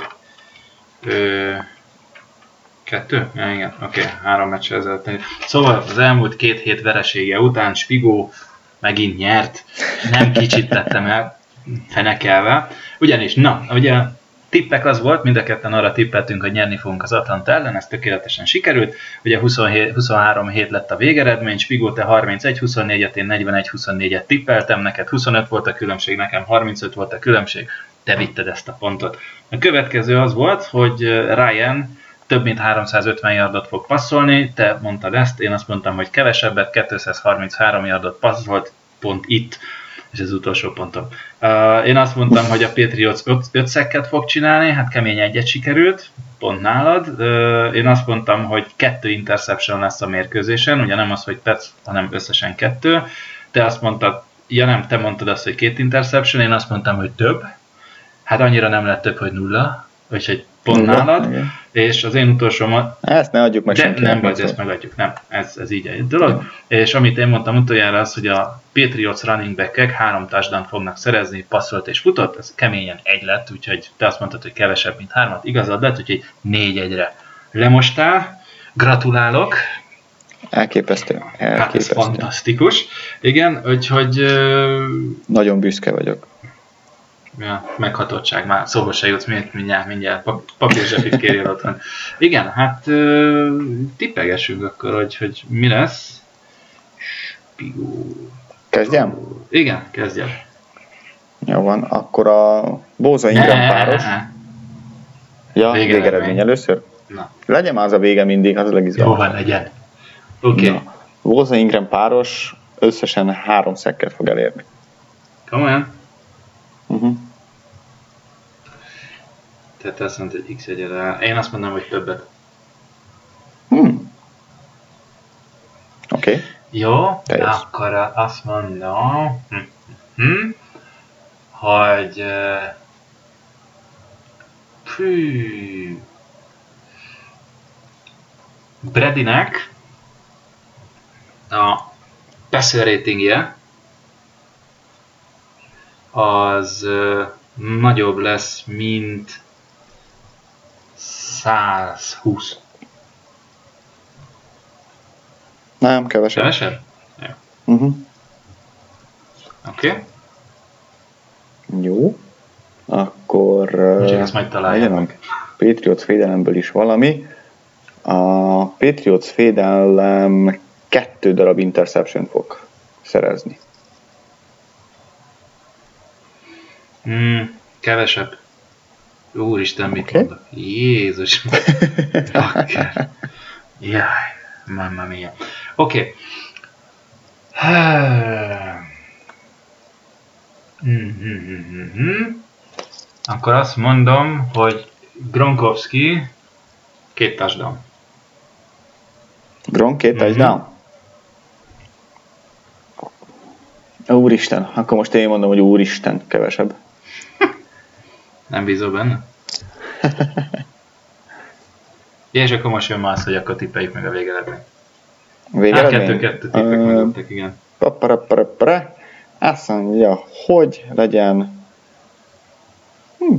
Ja, igen, oké, 3 meccs ezelőtt. Szóval az elmúlt 2 hét veresége után Spigó megint nyert. Nem kicsit tettem el fenekelve. Ugyanis, ugye tippek az volt, mind a ketten arra tippeltünk, hogy nyerni fogunk az Atlanta ellen, ez tökéletesen sikerült. Ugye 23 hét lett a végeredmény, Spigó, te 31-24-et, én 41-24-et tippeltem, neked 25 volt a különbség, nekem 35 volt a különbség, te vitted ezt a pontot. A következő az volt, hogy Ryan több mint 350 yardot fog passzolni, te mondtad ezt, én azt mondtam, hogy kevesebbet, 233 yardot passzolt, pont itt, és ez utolsó pontom. Én azt mondtam, hogy a Patriots 5 szekket fog csinálni, hát kemény egyet sikerült, pont nálad. Én azt mondtam, hogy 2 interception lesz a mérkőzésen, ugye nem az, hogy perc, hanem összesen 2. Te azt mondtad, te mondtad azt, hogy 2 interception, én azt mondtam, hogy több. Hát annyira nem lett több, hogy 0, úgyhogy pont nálad, igen. És az én utolsómat... Ezt ne adjuk meg senki. Nem baj, ezt megadjuk, nem. Ez így egy dolog. Ja. És amit én mondtam utoljára az, hogy a Patriots running back-ek 3 touchdown fognak szerezni, passzolt és futott, ez keményen 1 lett, úgyhogy te azt mondtad, hogy kevesebb, mint 3, igazad lett, úgyhogy 4-1-re lemostál. Gratulálok! Elképesztő. Hát ez fantasztikus. Igen, úgyhogy... Nagyon büszke vagyok. Ja, meghatottság, már szóba se jutsz, mindjárt papírzsepit kérjél otthon. Igen, hát tippegessünk akkor, hogy mi lesz. Spigó. Kezdjem? Igen, kezdjem. Jó van, akkor a Bosa Ingram páros. Ja, végeredmény először? Na. Legyen már az a vége mindig, az a legizgalmasabb. Jó van, legyen. Oké. Okay. Bosa Ingram páros összesen 3 szekket fog elérni. Komolyan? Uh-huh. Tehát azt mondta, hogy X egyre. Én azt mondom, hogy többet. Oké. Okay. Jó, akkor azt mondom, hogy Bradynek a passer ratingje az nagyobb lesz, mint 120. Nem, kevesebb. Kevesebb? Ja. Oké. Jó. Akkor ezt majd találják meg. Patriots védelemből is valami. A Patriots védelem 2 darab interception fog szerezni. Kevesebb. Úristen, mit mondok? Jézus. Bakker. Jaj, mamma mia. Oké. Akkor azt mondom, hogy Gronkowski 2 touchdown. Gronk 2 touchdown? Úristen, akkor most én mondom, hogy úristen, kevesebb. Nem bízol benne? És akkor most jön már az, hogy akkor tippeljük meg a végeredményt. Végeredmény? 2-2 tippek mögöttek, igen. Azt mondja, hogy legyen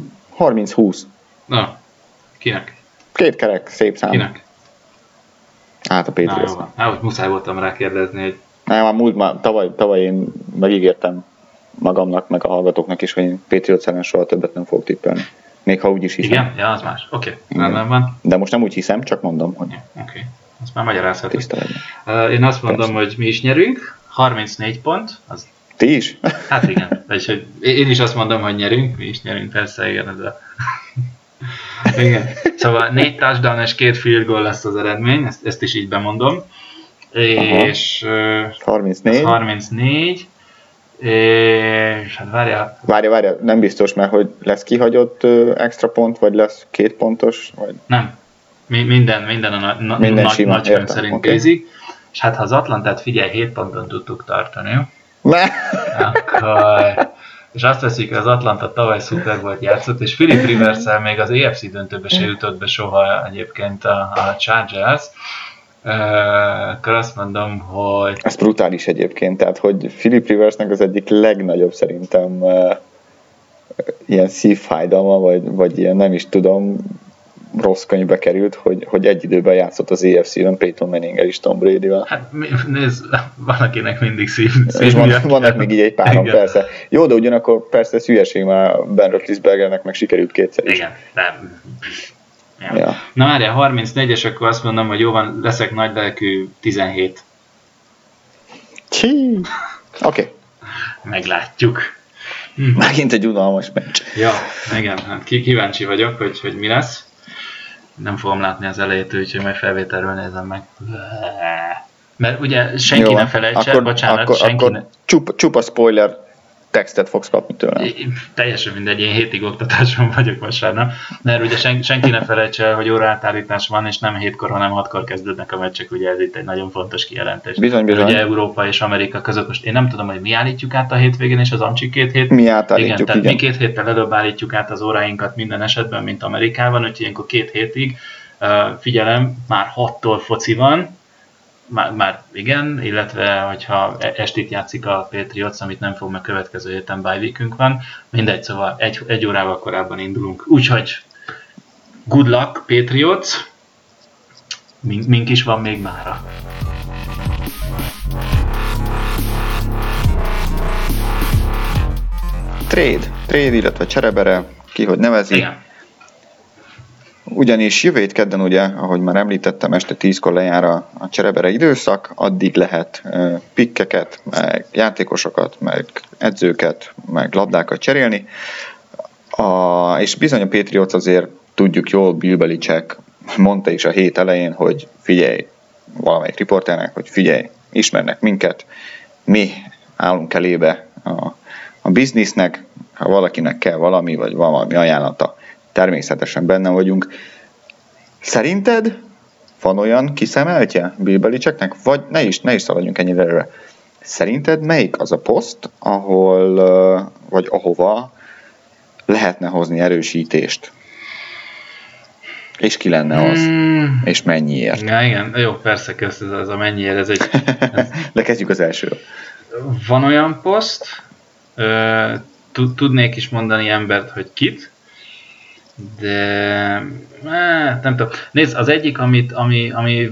30-20. Na, kinek? 2 kerek, szép szám. Kinek? Hát a Patriots. Hogy muszáj voltam rá kérdezni, hogy... Nem, tavaly én megígértem magamnak, meg a hallgatóknak is, hogy én Patriots ellen soha többet nem fogok tippelni. Még ha úgy is hiszem. Igen? Ja, az más. Oké, rendben van. De most nem úgy hiszem, csak mondom, hogy... Oké. Azt már magyarázhatod. Tiszta legyen. Én azt mondom, hogy mi is nyerünk. 34 pont. Az... Ti is? Hát igen. Vagyis, hogy én is azt mondom, hogy nyerünk. Mi is nyerünk, persze, igen. Ez a... igen. Szóval 4 touchdown és 2 field goal lesz az eredmény. Ezt is így bemondom. És... 34. 34. És hát Várja, nem biztos, mert hogy lesz kihagyott extra pont, vagy lesz 2 pontos, vagy... Nem. Minden a nagy film szerint kézik. És hát ha az Atlantát figyelj, 7 ponton tudtuk tartani, akkor... És azt veszik, az Atlanta tavaly Super Bowl-t játszott, és Philip Rivers-szel még az AFC döntőbe se jutott be soha egyébként a Chargers. Akkor azt mondom, hogy... Ez brutális egyébként, tehát hogy Philip Riversnek az egyik legnagyobb szerintem ilyen szívfájdalma, vagy ilyen nem is tudom, rossz könyvbe került, hogy egy időben játszott az AFC-ben Peyton Manninggel és Tom Bradyvel. Hát nézd, van akinek mindig és vannak még így egy páran, persze. Jó, de ugyanakkor persze ez hülyeség, már Ben Roethlisbergernek meg sikerült kétszer is. Igen, nem. Ja. Na várjál, 34-es, akkor azt mondom, hogy jó van, leszek nagylelkű 17. Oké. Meglátjuk. Megint egy unalmas meccs. Ja, igen, hát kíváncsi vagyok, hogy mi lesz. Nem fogom látni az elejétől, úgyhogy majd felvételről nézem meg. Mert ugye senki nem felejtse, akkor csupa spoiler textet fogsz kapni tőlem. Teljesen mindegy, én hétig oktatáson vagyok vasárnap, mert ugye senki ne felejtse, hogy óraátállítás van, és nem 7-kor, hanem 6-kor kezdődnek a meccsek, ugye ez itt egy nagyon fontos kijelentés. Bizony. Ugye Európa és Amerika között most én nem tudom, hogy mi állítjuk át a hétvégén, és az Amcsik 2 hét. Mi átállítjuk, igen. Mi 2 héttel előbb állítjuk át az óráinkat minden esetben, mint Amerikában, úgyhogy ilyenkor 2 hétig figyelem, már 6-tól foci van, már igen, illetve hogyha estit játszik a Patriots, amit nem fog, meg következő héten bye weekünk van, mindegy, szóval egy órával korábban indulunk. Úgyhogy good luck Patriots, mink is van még mára. Trade, illetve cserebere, ki hogy nevezi. Igen. Ugyanis jövő hét kedden, ugye, ahogy már említettem, este 10-kor lejár a cserebere időszak, addig lehet pikkeket, meg játékosokat, meg edzőket, meg labdákat cserélni. És bizony a Patriots azért tudjuk jól, Bill Belichick mondta is a hét elején, hogy figyelj, valamelyik riporternek, hogy figyelj, ismernek minket, mi állunk elébe a biznisznek, ha valakinek kell valami, vagy valami ajánlata, természetesen benne vagyunk. Szerinted van olyan kiszemeltje Bill Belichicknek? Vagy ne is szaladjunk ennyire előre. Szerinted melyik az a poszt, ahol, vagy ahova lehetne hozni erősítést? És ki lenne az? És mennyiért? Ja, igen, jó, persze, kösz, ez a mennyiért, De kezdjük az elsőről. Van olyan poszt, tudnék is mondani embert, hogy kit, de nem tudom. Nézd, az egyik, ami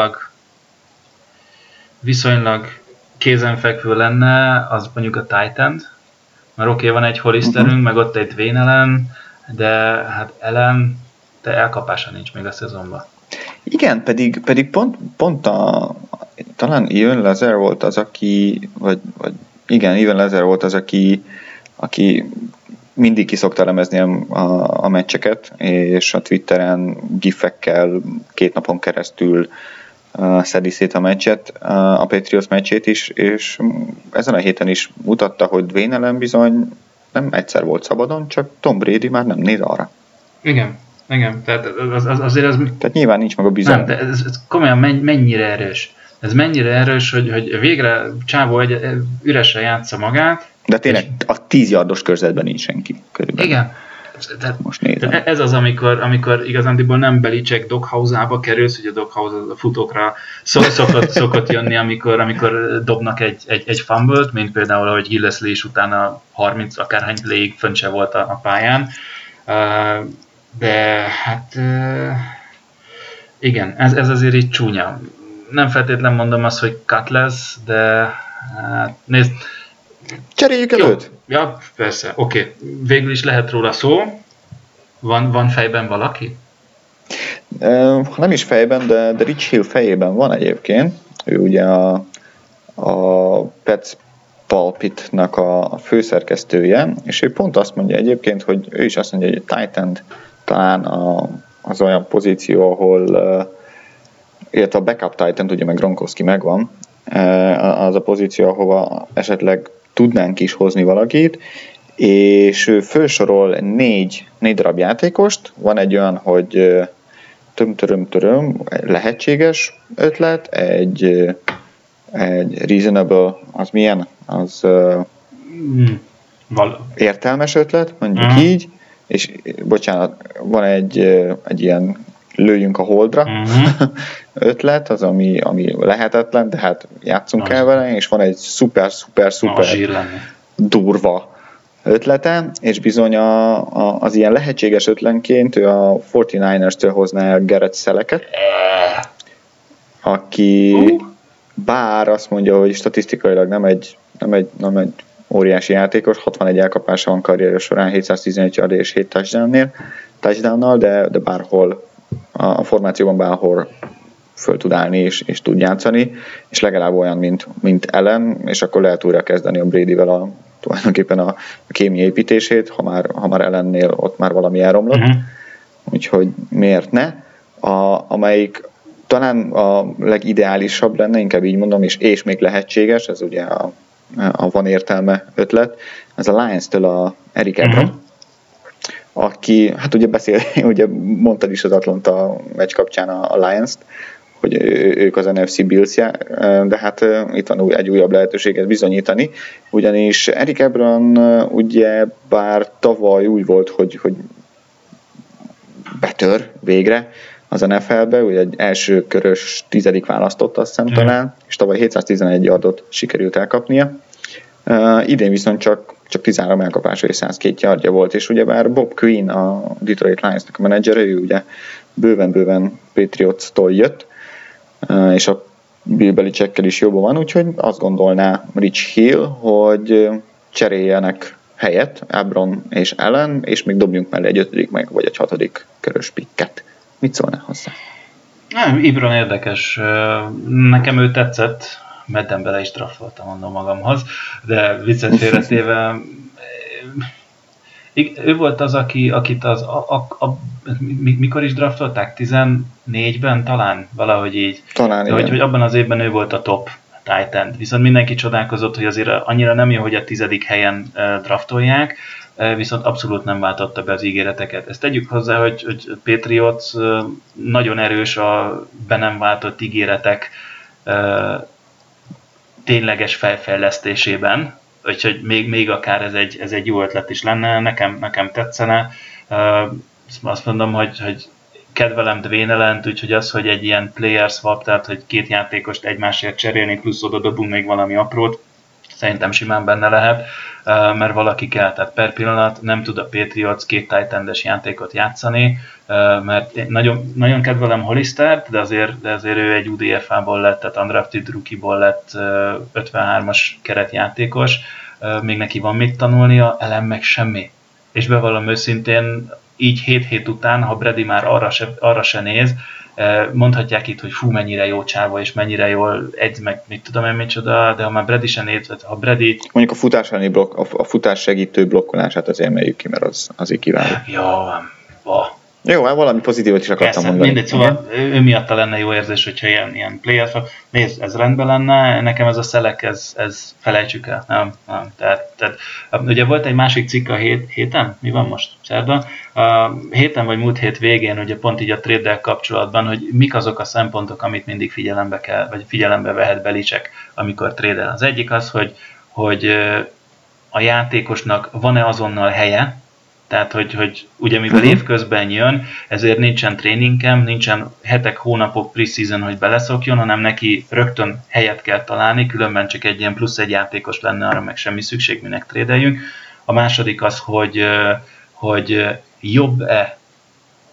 viszonylag kézenfekvő lenne, az mondjuk a Titan, mert oké, van egy Hollisterünk, meg ott egy Dwayne Allen, de hát Allen, de elkapása nincs még a szezonban. Igen, pedig pont talán Ian Lazar volt az, aki, igen, Ian Lazar volt az, aki mindig ki szokta elemezni a meccseket, és a Twitteren gifekkel 2 napon keresztül szedi szét a meccset, a Patriots meccsét is, és ezen a héten is mutatta, hogy Dwayne Allen bizony nem egyszer volt szabadon, csak Tom Brady már nem néz arra. Igen, tehát azért az... Tehát nyilván nincs meg a bizony. Nem, de ez komolyan mennyire erős. Ez mennyire erős, hogy végre Csávó üresen játsza magát. De tényleg a 10 yardos körzetben nincs senki körülbelül. Igen. Most nézem. Ez az, amikor igazándiból nem Belichick doghouse-ába kerülsz, hogy a doghouse a futókra szokott jönni, amikor dobnak egy fumble-t, mint például, hogy Hillesley is utána 30 akárhány playig fönn se volt a pályán. De hát igen, ez azért így csúnya. nem feltétlenül mondom azt, hogy cut lesz, de hát, nézd. Cseréljük el őt? Ja, persze, oké. Végül is lehet róla szó. Van fejben valaki? Nem is fejben, de Rich Hill fejében van egyébként. Ő ugye a Pets Pulpitnak a főszerkesztője, és ő pont azt mondja egyébként, hogy ő is azt mondja, hogy a tight end talán az olyan pozíció, ahol illetve a backup tight end, ugye meg Gronkowski megvan, az a pozíció, ahova esetleg tudnánk is hozni valakit, és ő felsorol négy darab játékost, van egy olyan, hogy lehetséges ötlet, egy reasonable, az milyen? Az értelmes ötlet, mondjuk így, és bocsánat, van egy ilyen lőjünk a holdra ötlet, az ami lehetetlen, de hát játszunk el vele, és van egy szuper durva ötlete, és bizony az ilyen lehetséges ötlenként ő a 49ers-től hozná el Garrett Sellecket, aki bár azt mondja, hogy statisztikailag nem egy óriási játékos, 61 elkapása van karrierje során, 711 yard és 7 touchdownnal, de bárhol a formációban bárhol föl tud állni és tud játszani, és legalább olyan, mint Allen, és akkor lehet újra kezdeni a Bradyvel tulajdonképpen a kémia építését, ha már Allennél ott már valami elromlott, úgyhogy miért ne? Amelyik talán a legideálisabb lenne, inkább így mondom, és még lehetséges, ez ugye a van értelme ötlet, ez a Lions-től a Eric Ebron, aki, hát ugye ugye mondtad is az Atlanta meccs kapcsán a Lions-t, hogy ők az NFC Bills-je, de hát itt van egy újabb lehetőséget bizonyítani, ugyanis Eric Ebron ugye bár tavaly úgy volt, hogy betör végre az NFL-be, ugye egy első körös 10. választott, azt hiszem talán, és tavaly 711 yardot sikerült elkapnia. Idén viszont csak 13 elkapása és 102 yardja volt, és ugyebár Bob Quinn, a Detroit Lions-nak a menedzsere, ő ugye bőven Patriots-tól jött, és a Bill Belichickkel is jobban van, úgyhogy azt gondolná Rich Hill, hogy cseréljenek helyet Ebron és Allen, és még dobjunk mellé egy 5. meg vagy egy 6. körös picket. Mit szólnál hozzá? Ebron érdekes. Nekem ő tetszett, medden bele is draftoltam, mondom magamhoz, de viccet félretéve ő volt az, akit mikor is draftolták? 14-ben talán? Valahogy így. Talán igen. Hogy abban az évben ő volt a top tight end. Viszont mindenki csodálkozott, hogy azért annyira nem jó, hogy a 10. helyen draftolják, viszont abszolút nem váltotta be az ígéreteket. Ezt tegyük hozzá, hogy Patriots nagyon erős a be nem váltott ígéretek tényleges felfejlesztésében, úgyhogy még akár ez egy jó ötlet is lenne, nekem tetszene. Azt mondom, hogy kedvelem Dwayne Allent, úgyhogy az, hogy egy ilyen player swap, tehát hogy két játékost egymásért cserélni, plusz oda dobunk még valami aprót, szerintem simán benne lehet, mert valaki kell, tehát per pillanat nem tud a Patriots két tight endes játékot játszani, mert én nagyon kedvelem Hollistert, de azért ő egy UDFA-ból lett, tehát undrafted rookie-ból lett 53-as keretjátékos, még neki van mit tanulnia, Allen meg semmi. És bevallom őszintén, így 7 hét után, ha Brady már arra se néz, mondhatják itt, hogy fú, mennyire jó csávó, és mennyire jól edz, meg mit tudom én micsoda, de ha már Brady se néz, ha Brady... Mondjuk a futás segítő blokkolását azért emeljük ki, mert az így kiváló. Jó, hát valami pozitívot is akartam mondani. Mindegy, szóval ő miatta lenne jó érzés, hogyha ilyen players, nézd, ez rendben lenne, nekem ez a szelek, ez felejtsük el, nem. Tehát, ugye volt egy másik cikk a héten, mi van most, szerdán? Héten vagy múlt hét végén, ugye pont így a trade-del kapcsolatban, hogy mik azok a szempontok, amit mindig figyelembe vehet Belichick, amikor trade-el. Az egyik az, hogy a játékosnak van-e azonnal helye, tehát, hogy ugye mivel évközben jön, ezért nincsen training camp, nincsen hetek, hónapok preseason, hogy beleszokjon, hanem neki rögtön helyet kell találni, különben csak egy ilyen plusz egy játékos lenne, arra meg semmi szükség, minek trédeljünk. A második az, hogy jobb-e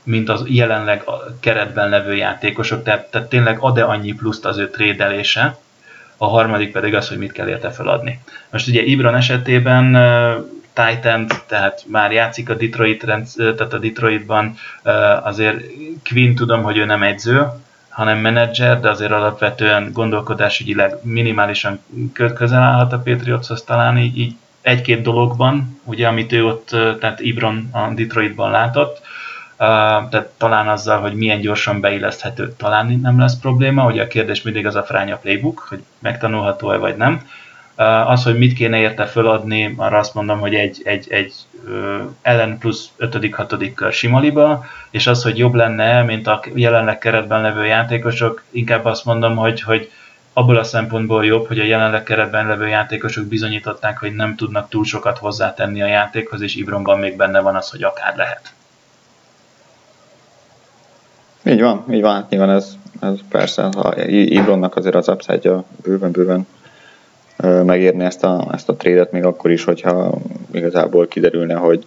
mint az jelenleg keretben levő játékosok, tehát tényleg ad-e annyi pluszt az ő trédelése, a harmadik pedig az, hogy mit kell érte feladni. Most ugye Ibron esetében Titan, tehát már játszik a tehát a Detroitban, azért Quinn tudom, hogy ő nem edző, hanem menedzser, de azért alapvetően gondolkodásügyileg minimálisan közel állhat a Patriotshoz talán így egy-két dologban, ugye, amit ő ott, tehát Ibron a Detroitban látott, tehát talán azzal, hogy milyen gyorsan beilleszthető, talán nem lesz probléma, ugye a kérdés mindig az a fránya playbook, hogy megtanulható-e vagy nem. Az, hogy mit kéne érte föladni, arra azt mondom, hogy egy Allen plusz 5.-6. kör simaliba, és az, hogy jobb lenne, mint a jelenleg keretben levő játékosok, inkább azt mondom, hogy abból a szempontból jobb, hogy a jelenleg keretben levő játékosok bizonyították, hogy nem tudnak túl sokat hozzátenni a játékhoz, és Ibronban még benne van az, hogy akár lehet. Így van, hát nyilván ez persze, Ibronnak azért az upside-ja bőven megérni ezt a trade-et, még akkor is, hogyha igazából kiderülne, hogy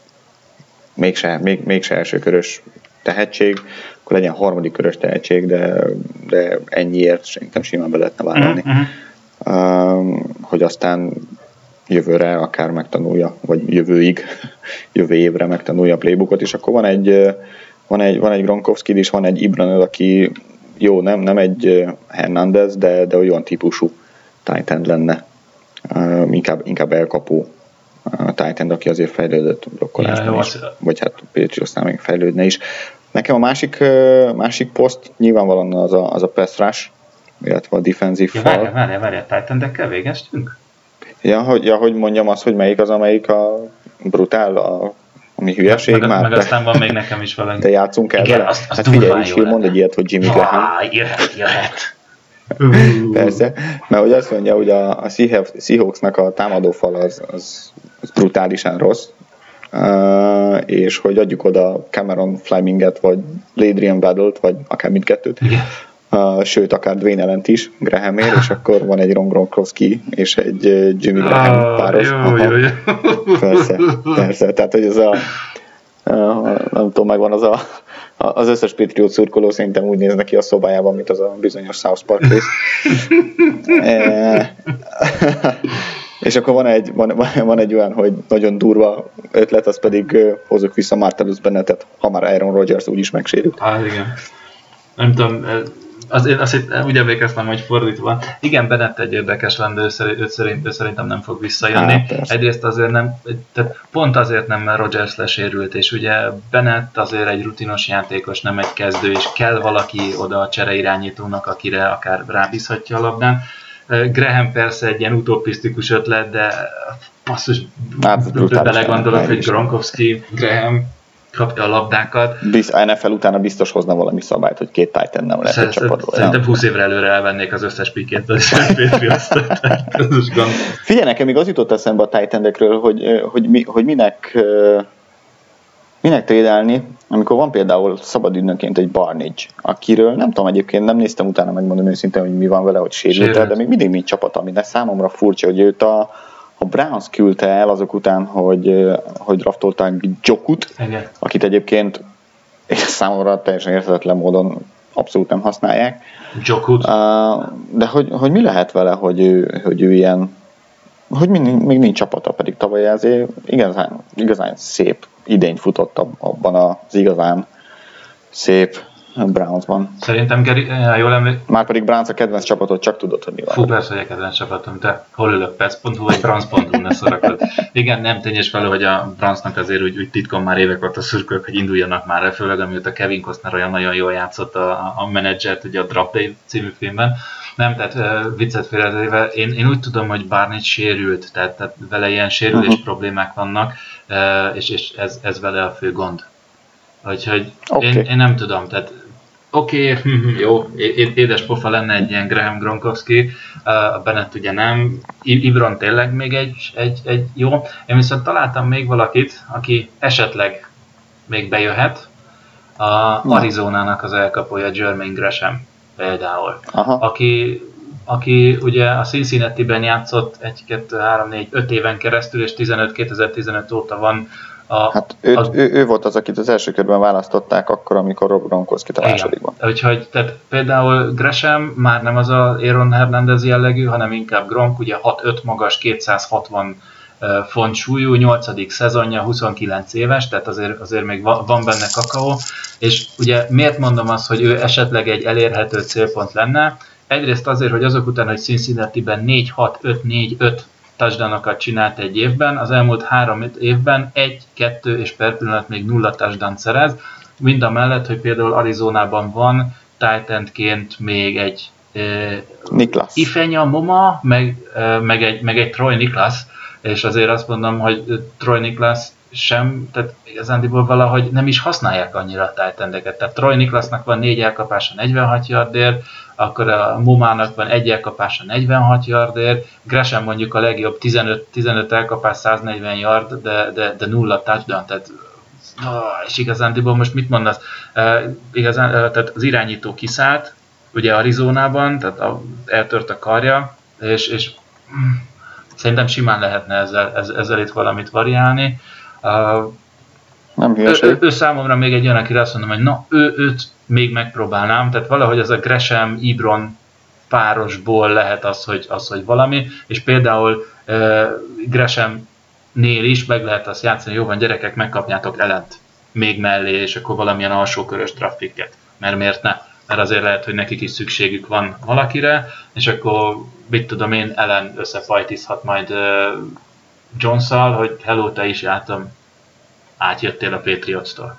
mégse elsőkörös tehetség, akkor legyen harmadik körös tehetség, de ennyiért szerintem simán be lehetne vállalni. Hogy aztán jövőre akár megtanulja, vagy jövő évre megtanulja a playbookot, és akkor van egy Gronkowski és van egy Ibron, aki jó, nem egy Hernandez, de olyan típusú tight end lenne. Inkább elkapó tight end, aki azért fejlődött blokkolásban is, vagy hát Patriotsnál még fejlődne is. Nekem a másik poszt nyilvánvalóan az a pass rush, illetve a defensive fal. Várjál, tight endekkel végeztünk? Hogy mondjam azt, hogy melyik az, amelyik a brutál, ami hülyeség már. Meg aztán van még nekem is valami. De játszunk el vele? Hát figyelj, is mond egy ilyet, hogy Jimmy Graham. Jöhet. Persze, mert hogy azt mondja, hogy a Seahawksnak a támadófal az brutálisan rossz, és hogy adjuk oda Cameron Fleminget, vagy Ladrian Waddle-t, vagy akár mindkettőt, sőt, akár Dwayne Allent is Grahamért, és akkor van egy Ron Gronkowski és egy Jimmy Graham páros. Persze, tehát hogy ez nem tudom, megvan az összes Patriot szurkoló szerintem úgy néz neki a szobájában, mint az a bizonyos South Park rész. És akkor van egy olyan, hogy nagyon durva ötlet, az pedig hozzuk vissza Martellus Bennettet, ha már Aaron Rodgers úgyis megsérült. Igen. Nem tudom, azt úgy emlékeztem, hogy fordítva. Igen, Bennett egy érdekes lenne, ő szerintem nem fog visszajönni. Egyrészt azért nem, tehát pont azért nem, mert Rodgers lesérült, és ugye Bennett azért egy rutinos játékos, nem egy kezdő, és kell valaki oda a csereirányítónak, akire akár rábízhatja a labdán. Graham persze egy ilyen utopisztikus ötlet, de basszus, belegondolok, hogy Gronkowski, Graham kapja a labdákat. NFL utána biztos hozna valami szabályt, hogy két tight end nem lehet egy csapatról. Szerintem 20 évre előre elvennék az összes pikét, az Figyelj, nekem még az jutott eszembe a tight endekről, hogy minek trédelni, amikor van például szabad ügynökként egy Barnage, akiről nem tudom, egyébként nem néztem utána, megmondom őszintén, hogy mi van vele, hogy sérült el, de még mindig nincs csapat, ami de számomra furcsa, hogy őt a Browns küldte el azok után, hogy draftolták Jokut, akit egyébként számomra teljesen érthetetlen módon abszolút nem használják. Jokut. De hogy mi lehet vele, hogy ő ilyen, hogy még nincs csapata, pedig tavaly azért igazán szép idényt futott abban az igazán szép Brownsban. Szerintem jól emlékszem. Márpedig Browns a kedvenc csapatot, csak tudod, hogy mi van. Fú, persze, hogy a kedvenc csapatom, te hol ülök, Pets.hu vagy Browns.hu, ne szorakod. Igen, nem tényes felül, hogy a Brownsnak azért úgy titkon már évek óta szurkolok, hogy induljanak már, főleg amióta Kevin Costner olyan nagyon jól játszott a menedzsert, ugye a Draft Day című filmben. Nem, tehát viccet félretéve, én úgy tudom, hogy Barnett sérült, tehát vele ilyen sérülés problémák vannak, és ez vele a fő gond. Úgyhogy én nem tudom, tehát jó, édes pofa lenne egy ilyen Graham Gronkowski, a Bennett ugye nem, Ibron tényleg még egy jó. Én viszont találtam még valakit, aki esetleg még bejöhet, a Arizonának az elkapója Jermaine Gresham például, aki aki ugye a Cincinnati-ben játszott 1, 2, 3, 4, 5 éven keresztül, és 2015 óta van Hát ő volt az, akit az első körben választották akkor, amikor Rob Gronkowski a másodikban. Úgyhogy tehát például Gresham már nem az a Aaron Hernandez jellegű, hanem inkább Gronk, ugye 6'5 magas, 260 font súlyú, 8. szezonja, 29 éves, tehát azért még van benne kakaó, és ugye miért mondom azt, hogy ő esetleg egy elérhető célpont lenne? Egyrészt azért, hogy azok után, hogy Cincinnati-ben 4-6-5-4-5 touchdownokat csinált egy évben, az elmúlt 3 évben 1, 2 és per pillanat még 0 touchdown szerez, mind a mellett, hogy például Arizonában van tight endként még egy Ifenya Moma, meg egy Troy Niklas, és azért azt mondom, hogy Troy Niklas sem, tehát igazándiból valahogy nem is használják annyira a tight endeket. Tehát Troy Niklasnak van 4 elkapása 46 yardért, akkor a Momának van 1 elkapása 46 yardért, Gresham mondjuk a legjobb 15 elkapás 140 yard, de 0 touchdown, tehát és igazándiból most mit mondasz? Tehát az irányító kiszállt, ugye Arizonában, tehát eltört a karja, és szerintem simán lehetne ezzel itt valamit variálni. Nem hülyeség. Ő számomra még egy olyan, akire azt mondom, hogy na, őt még megpróbálnám, tehát valahogy ez a Gresham-Ebron párosból lehet az, hogy valami, és például Gresham-nél is meg lehet azt játszani, jó van gyerekek, megkapjátok Ellent még mellé, és akkor valamilyen alsókörös draft picket, mert miért ne? Mert azért lehet, hogy nekik is szükségük van valakire, és akkor mit tudom én, Ellen összefajtizhat majd Jones-szal, hogy hello, te is átjöttél a Patriots-tól.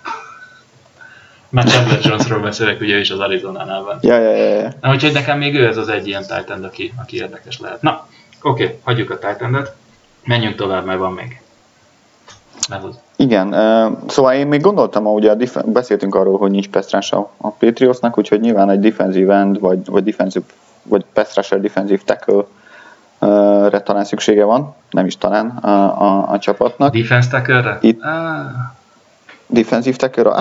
Már Chandler Jonesról beszélek, ugye ő is az Arizonánál van. Ja. Na, úgyhogy nekem még ő ez az egy ilyen tight end, aki érdekes lehet. Na, oké, hagyjuk a tight endet, menjünk tovább, mert van még. Lehúz. Igen, szóval én még gondoltam, hogy beszéltünk arról, hogy nincs pass rush a Patriotsnak, úgyhogy nyilván egy defensive end, vagy pass rusher defensive tackle-re talán szüksége van, nem is talán a csapatnak. Defense tackle-re? Defensive tackle-re,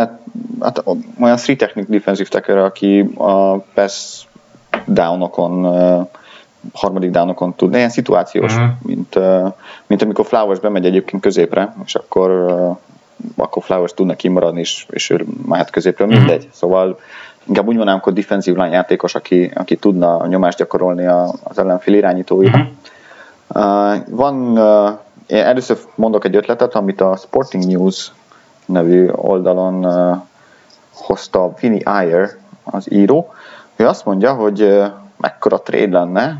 olyan three technique defensive tackle-re, aki a pass downokon, harmadik downokon tud, de ilyen szituációs, mint amikor Flowers bemegy egyébként középre, és akkor Flowers tud neki maradni, és ő mehet középre, mindegy. Szóval inkább úgy mondanám, hogy defensive line játékos, aki tudna nyomást gyakorolni az ellenfél irányítóira. Én először mondok egy ötletet, amit a Sporting News nevű oldalon hozta Vinny Iyer, az író. Ő azt mondja, hogy mekkora trade lenne,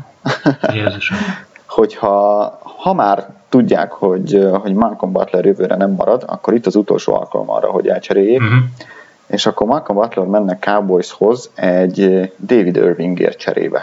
hogyha már tudják, hogy Malcolm Butler jövőre nem marad, akkor itt az utolsó alkalom arra, hogy elcseréljék, és akkor Malcolm Butler menne Cowboyshoz egy David Irvingért cserébe.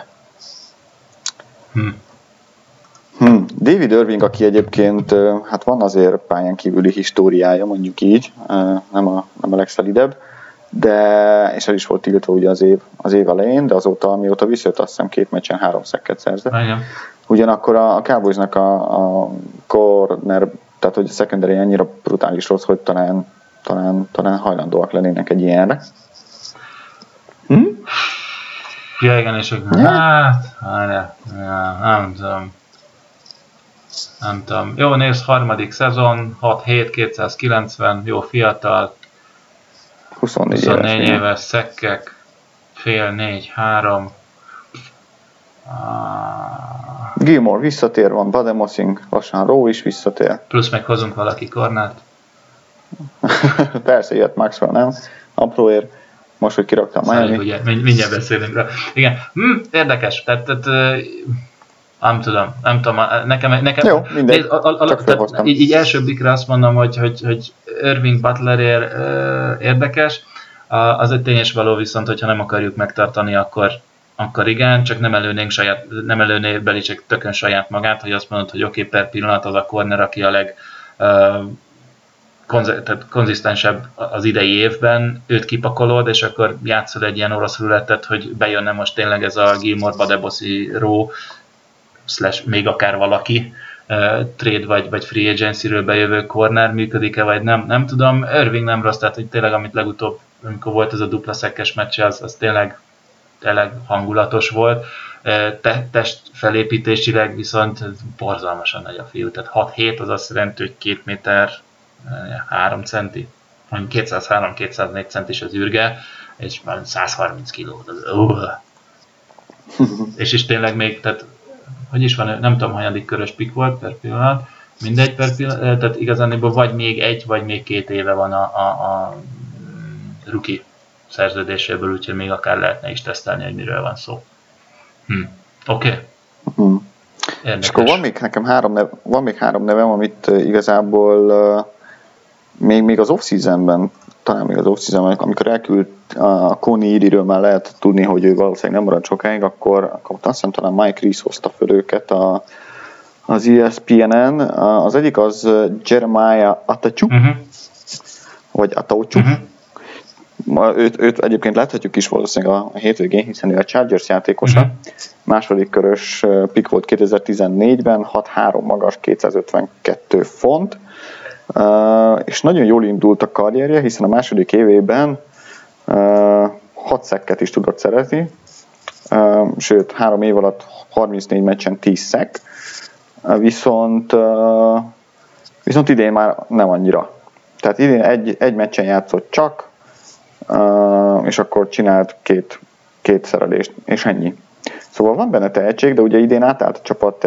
David Irving, aki egyébként hát van azért pályán kívüli históriája, mondjuk így, nem a legszelidebb, de, és el is volt tiltva ugye az év elején, de azóta, amióta visszajött, azt hiszem 2 meccsen 3 sacket szerzett. Ugyanakkor a Cowboysnak a corner, tehát hogy a secondary annyira brutális rossz, hogy talán hajlandóak lennének egy ilyenre. Ja, igen, és nem tudom. Jó, nézd, 3. szezon, 6-7, 290, jó fiatal, 24 éves, szekkek, fél 4-3. Gilmore visszatér, van Bademosing, lassan Rowe is visszatér. Plusz meg hozunk valaki kornát. Persze, ilyet Maxwell, nem? Apróért, most, hogy kiraktam Miami. Ugye, mindjárt beszélünk rá. Igen, érdekes, tehát nem tudom, nekem jó, mindegy, csak felhoztam. Így első blikre azt mondom, hogy Irving Butler érdekes, az egy tényes való, viszont hogyha nem akarjuk megtartani, akkor igen, csak nem előné Belichick tökön saját magát, hogy azt mondod, hogy oké, per pillanat az a corner, aki a konzisztensebb az idei évben, őt kipakolod, és akkor játszol egy ilyen orosz rulettet, hogy bejönne most tényleg ez a Gilmore, Badebosi, Rowe, / még akár valaki trade vagy free agency-ről bejövő corner működik-e, vagy nem tudom. Irving nem rossz, tehát hogy tényleg amit legutóbb, amikor volt ez a dupla szekkes meccse, az tényleg hangulatos volt. test felépítésileg viszont borzalmasan nagy a fiú. Tehát 6-7 az azt jelenti, hogy 2 méter 3 centi, 203-204 centis az űrge, és már 130 kiló. És tényleg még, tehát hogy is van, nem tudom, hanyadik körös pik volt per pillanat, mindegy per pillanat, tehát igazániból vagy még 1, vagy még 2 éve van a rookie szerződéséből, úgyhogy még akár lehetne is tesztelni, hogy miről van szó. Oké. És akkor van még nekem három nevem, amit igazából még az off-seasonben, talán még az off-seasonben, amikor elküldt a Coney Iriről már lehet tudni, hogy ő valószínűleg nem marad sokáig, akkor azt hiszem talán Mike Reese hozta föl őket az ESPN-en. Az egyik az Jeremiah Attaochu, vagy Attaochu. Őt egyébként láthatjuk is valószínűleg a hétvégén, hiszen ő a Chargers játékosa. Második körös pick volt 2014-ben, 6'3 magas, 252 font. És nagyon jól indult a karrierje, hiszen a második évében 6 sacket is tudott szerezni, sőt 3 év alatt 34 meccsen 10 sack, viszont idén már nem annyira. Tehát idén egy meccsen játszott csak, és akkor csinált két szerelést, és ennyi. Szóval van benne tehetség, de ugye idén átállt a csapat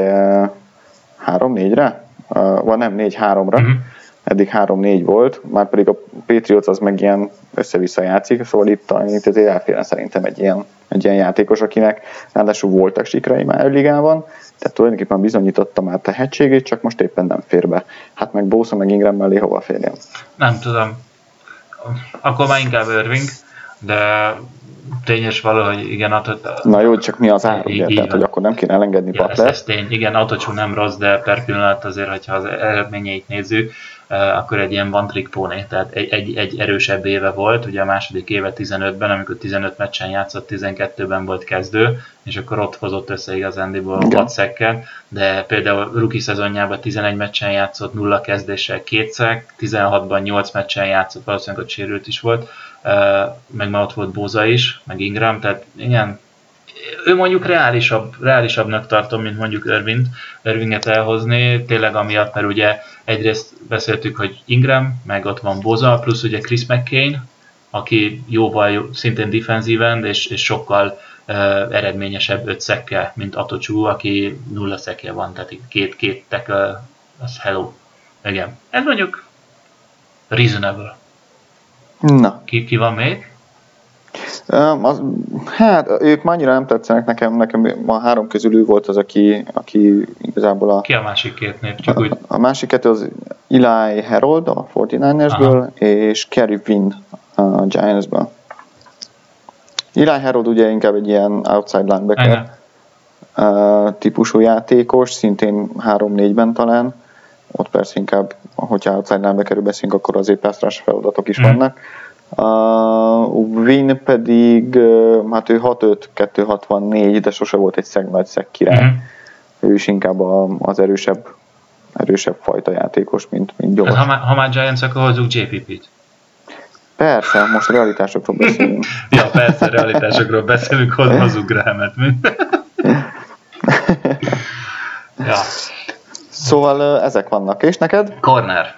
3-4-re, vagy nem, 4-3-ra, eddig 3-4 volt, már pedig a Patriots az meg ilyen össze-vissza játszik, szóval itt azért elférne szerintem egy ilyen játékos, akinek ráadásul voltak sikrei már ligában, tehát tulajdonképpen bizonyította már tehetségét, csak most éppen nem fér be. Hát meg Bosa meg Ingram mellé hova férjen? Nem tudom. Akkor már inkább Irving, de tényes valahogy igen, na jó, csak mi az ár, ugye? Tehát, hogy akkor nem kéne elengedni Butler. Ez tény, igen, Attaochu nem rossz, de per pillanat azért, hogyha az eredményeit nézzük, akkor egy ilyen one trick pony, tehát egy erősebb éve volt, ugye a második éve 15-ben, amikor 15 meccsen játszott, 12-ben volt kezdő, és akkor ott hozott össze igazándiból 6 sacket, de például rookie szezonjában 11 meccsen játszott, 0 kezdéssel 2 sack, 16-ban 8 meccsen játszott, valószínűleg ott sérült is volt, meg már ott volt Bosa is, meg Ingram, tehát igen, ő mondjuk reálisabbnak tartom, mint mondjuk Irvinget elhozni, tényleg amiatt, mert ugye egyrészt beszéltük, hogy Ingram, meg ott van Bosa, plusz ugye Chris McCain, aki jóval szintén defensíven, és sokkal eredményesebb 5 sackkel, mint Attaochu, aki 0 sackje van, tehát két tackle, az hello. Igen, ez mondjuk reasonable. Na. Ki van még? Hát, ők már annyira nem tetszenek nekem a 3 közül ő volt az, aki igazából Ki a másik 2 név? Csak úgy. A másik 2 az Eli Harold a 49ersből, és Kerry Wynn a Giantsből. Eli Harold ugye inkább egy ilyen outside linebacker típusú játékos, szintén 3-4-ben talán. Ott persze inkább, hogyha outside linebackerről beszélünk, akkor azért pass rush feladatok is vannak. Wynn pedig, hát ő 6'5", 264, de sose volt egy nagy szeg király. Ő is inkább az erősebb fajta játékos, mint gyors. Hát, ha már Giants, akkor hozzuk JPP-t. Persze, most realitásokról beszélünk. Ja, persze, realitásokról beszélünk, hozzuk Grahamet. Ja. Szóval ezek vannak. És neked? Corner,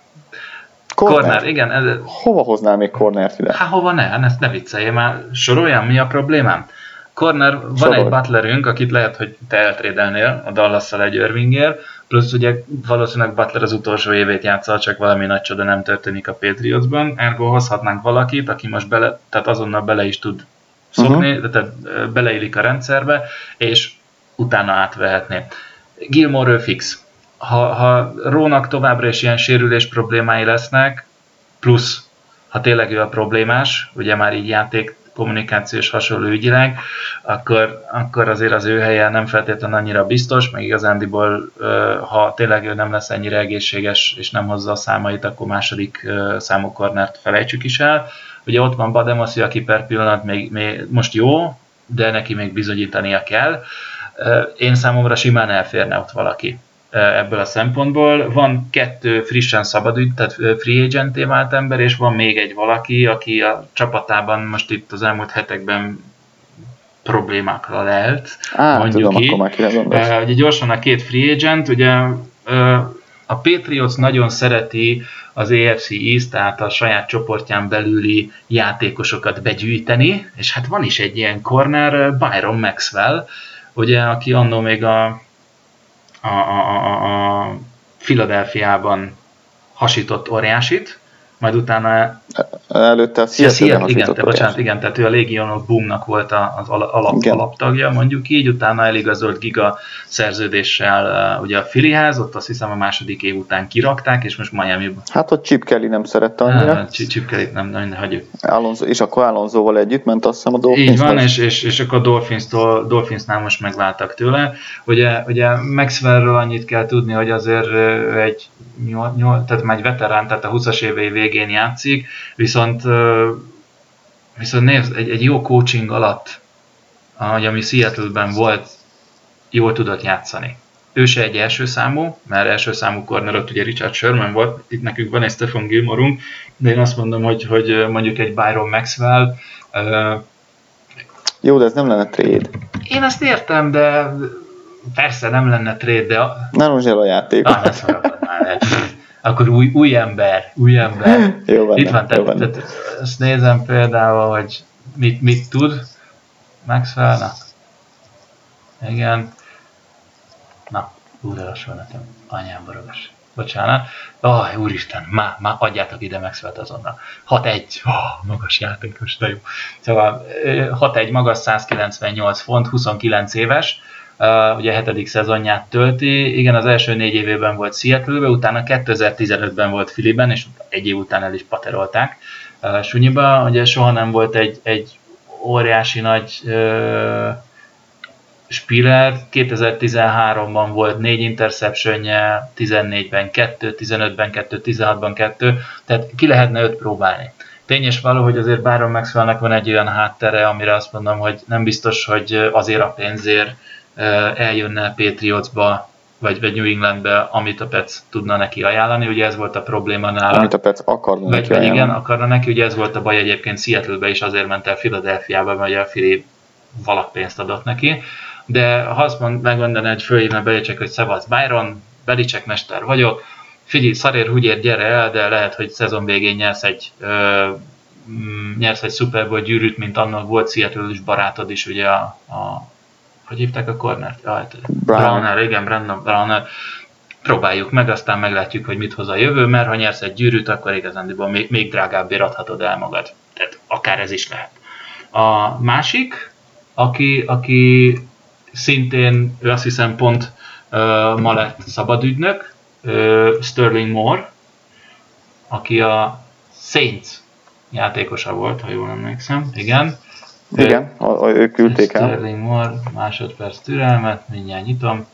igen. Hova hoznál még cornert ide? Hát hova ne? Ezt ne vicceljél már. Soroljam, mi a problémám? Corner, van egy Butlerünk, akit lehet, hogy te eltrédelnél a Dallasszal egy Irvingért, plusz ugye valószínűleg Butler az utolsó évét játsza, csak valami nagy csoda nem történik a Patriotsban, ergo hozhatnánk valakit, aki most tehát azonnal bele is tud szokni, tehát beleillik a rendszerbe, és utána átvehetné. Gilmore fix. Ha Rónak továbbra is ilyen sérülés problémái lesznek, plusz ha tényleg ő a problémás, ugye már így játék, kommunikációs hasonló ügyileg, akkor azért az ő helye nem feltétlenül annyira biztos, meg igazándiból, ha tényleg ő nem lesz ennyire egészséges, és nem hozza a számait, akkor második számú cornert felejtsük is el. Ugye ott van Bademosi, aki per pillanat még most jó, de neki még bizonyítania kell. Én számomra simán elférne ott valaki ebből a szempontból. Van 2 frissen szabadügy, tehát free agenté vált ember, és van még egy valaki, aki a csapatában most itt az elmúlt hetekben problémákra lelt, mondjuk tudom, így. Akkor már kire gondolsz. Ugye gyorsan a két free agent, ugye a Patriots nagyon szereti az AFC East, tehát a saját csoportján belüli játékosokat begyűjteni, és hát van is egy ilyen corner, Byron Maxwell, ugye, aki annó még a Philadelphiában hasított óriásit, majd utána előtte a Seattle-ben igen, tehát ő a Legion of Boom-nak volt az alaptagja, mondjuk így, utána eligazolt giga szerződéssel ugye a Phillyhez, ott azt hiszem a második év után kirakták, és most Miami-ban. Hát ott Chip Kelly nem szerette annyira. Chip Kelly nem hagyjuk. És akkor Alonsoval együtt ment azt hiszem a Dolphins. Így van, és akkor a Dolphinsnál most megváltak tőle. Ugye Maxwellről annyit kell tudni, hogy azért tehát már egy veterán, tehát a 20-as évei végén játszik, viszont nézd, egy jó coaching alatt, ami Seattle-ben volt, jól tudott játszani. Ő se egy első számú, mert első számú corner ott ugye Richard Sherman volt, itt nekünk van egy Stephon Gilmore-unk, de én azt mondom, hogy mondjuk egy Byron Maxwell. Jó, de ez nem lenne trade. Én azt értem, de persze nem lenne trade, de... Nem most el a játék. Akkor új ember. Jó benne, itt van, tehát ezt nézem például, hogy mit tud Maxwell, na. Igen. Na, újra lassú nekem. Anyám borogas. Bocsánat. Úristen, már adjátok ide Maxwell-t azonnal. 6-1. Magas játékos, de jó. Szóval 6-1 magas, 198 font, 29 éves. Ugye 7. szezonját tölti. Igen, az első 4 évében volt Seattle-ben, utána 2015-ben volt Phillyben, és egy év után el is paterolták sunyiba. Ugye soha nem volt egy óriási nagy Spiller, 2013-ban volt 4 interceptionje, 14-ben 2, 15-ben 2, 16-ban 2, tehát ki lehetne 5 próbálni. Tényes való, hogy azért Byron Maxwellnek van egy olyan háttere, amire azt mondom, hogy nem biztos, hogy azért a pénzért eljönne Patriotsba, vagy New Englandbe, amit a Pets tudna neki ajánlani. Ugye ez volt a probléma nála. Amit a Pets akarna neki ajánlani. Igen, akarna neki. Ugye ez volt a baj egyébként Seattle-be is, azért ment el Philadelphiába, mert a Philly valak pénzt adott neki. De ha azt megmondaná, hogy fölhívna Belichick, hogy szevasz Byron, Belichick mester vagyok, figyelj, szarér, húgyér, gyere el, de lehet, hogy szezon végén nyersz egy Super Bowl gyűrűt, mint annak volt Seattle-is barátod is, ugye hogy hívták a cornert? Browner, igen, Brandon Browner. Próbáljuk meg, aztán meglátjuk, hogy mit hoz a jövő, mert ha nyersz egy gyűrűt, akkor igazándiból még drágábbért adhatod el magad. Tehát akár ez is lehet. A másik, aki szintén, ő azt hiszem pont ma lett szabadügynök, Sterling Moore, aki a Saints játékosa volt, ha jól emlékszem, igen. Igen, ők küldték el. Sterling Moore, másodperc türelmet, mindjárt nyitom.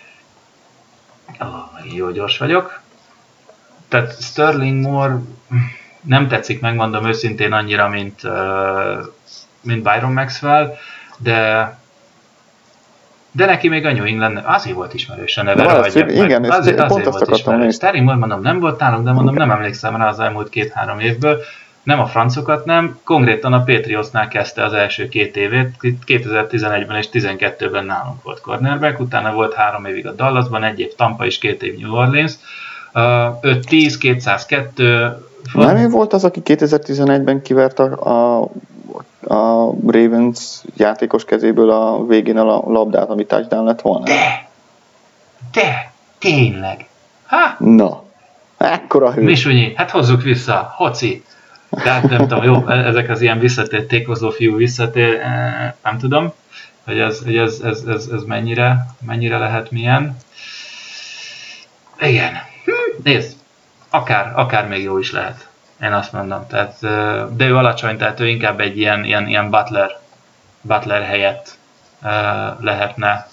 Jó gyors vagyok. Tehát Sterling Moore nem tetszik, megmondom őszintén annyira, mint Byron Maxwell, de neki még a New England azért volt ismerős a neve. Igen, azért pont azt akartam nézni. Sterling Moore, mondom, nem volt nálunk, de mondom, nem emlékszem rá az elmúlt 2-3 évből. Nem a francokat, nem. Konkrétan a Patriotsnál kezdte az első 2 évét. 2011-ben és 2012-ben nálunk volt cornerback, utána volt 3 évig a Dallasban, 1 év Tampa és 2 év New Orleans. 5-10, 202. Nem ő volt az, aki 2011-ben kivert a Ravens játékos kezéből a végén a labdát, ami touchdown lett volna? De, tényleg. Na, ekkora hő. Misunyi, hát hozzuk vissza, hoci. Tehát nem tudom, jó, ezek az ilyen visszatért, tékozó fiú visszatér, nem tudom, hogy ez mennyire lehet milyen. Igen, nézd, akár még jó is lehet, én azt mondom. Tehát, de ő alacsony, tehát ő inkább egy ilyen Butler helyett lehetne,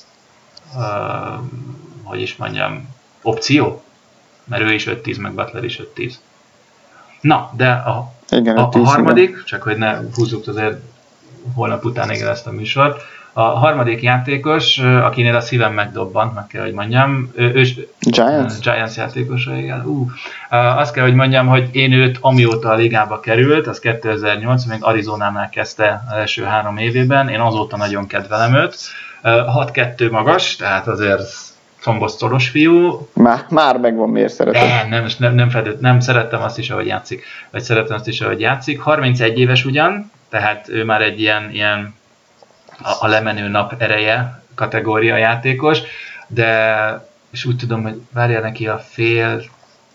hogy is mondjam, opció, mert ő is 5-10, meg Butler is 5-10. Na, de a harmadik, csak hogy ne húzzuk azért holnap utánig ezt a műsort, A harmadik játékos, akinél a szívem megdobbant, meg kell, hogy mondjam, Giants játékosa, igen. Azt kell, hogy mondjam, hogy én őt, amióta a ligába került, az 2008, még Arizonánál kezdte az első 3 évében, én azóta nagyon kedvelem őt. 6'2" magas, tehát azért szombosztolos fiú. Már megvan, miért szeretem. Nem szerettem azt is, ahogy játszik. 31 éves ugyan, tehát ő már egy ilyen a lemenő nap ereje kategória játékos, de és úgy tudom, hogy várja neki a fél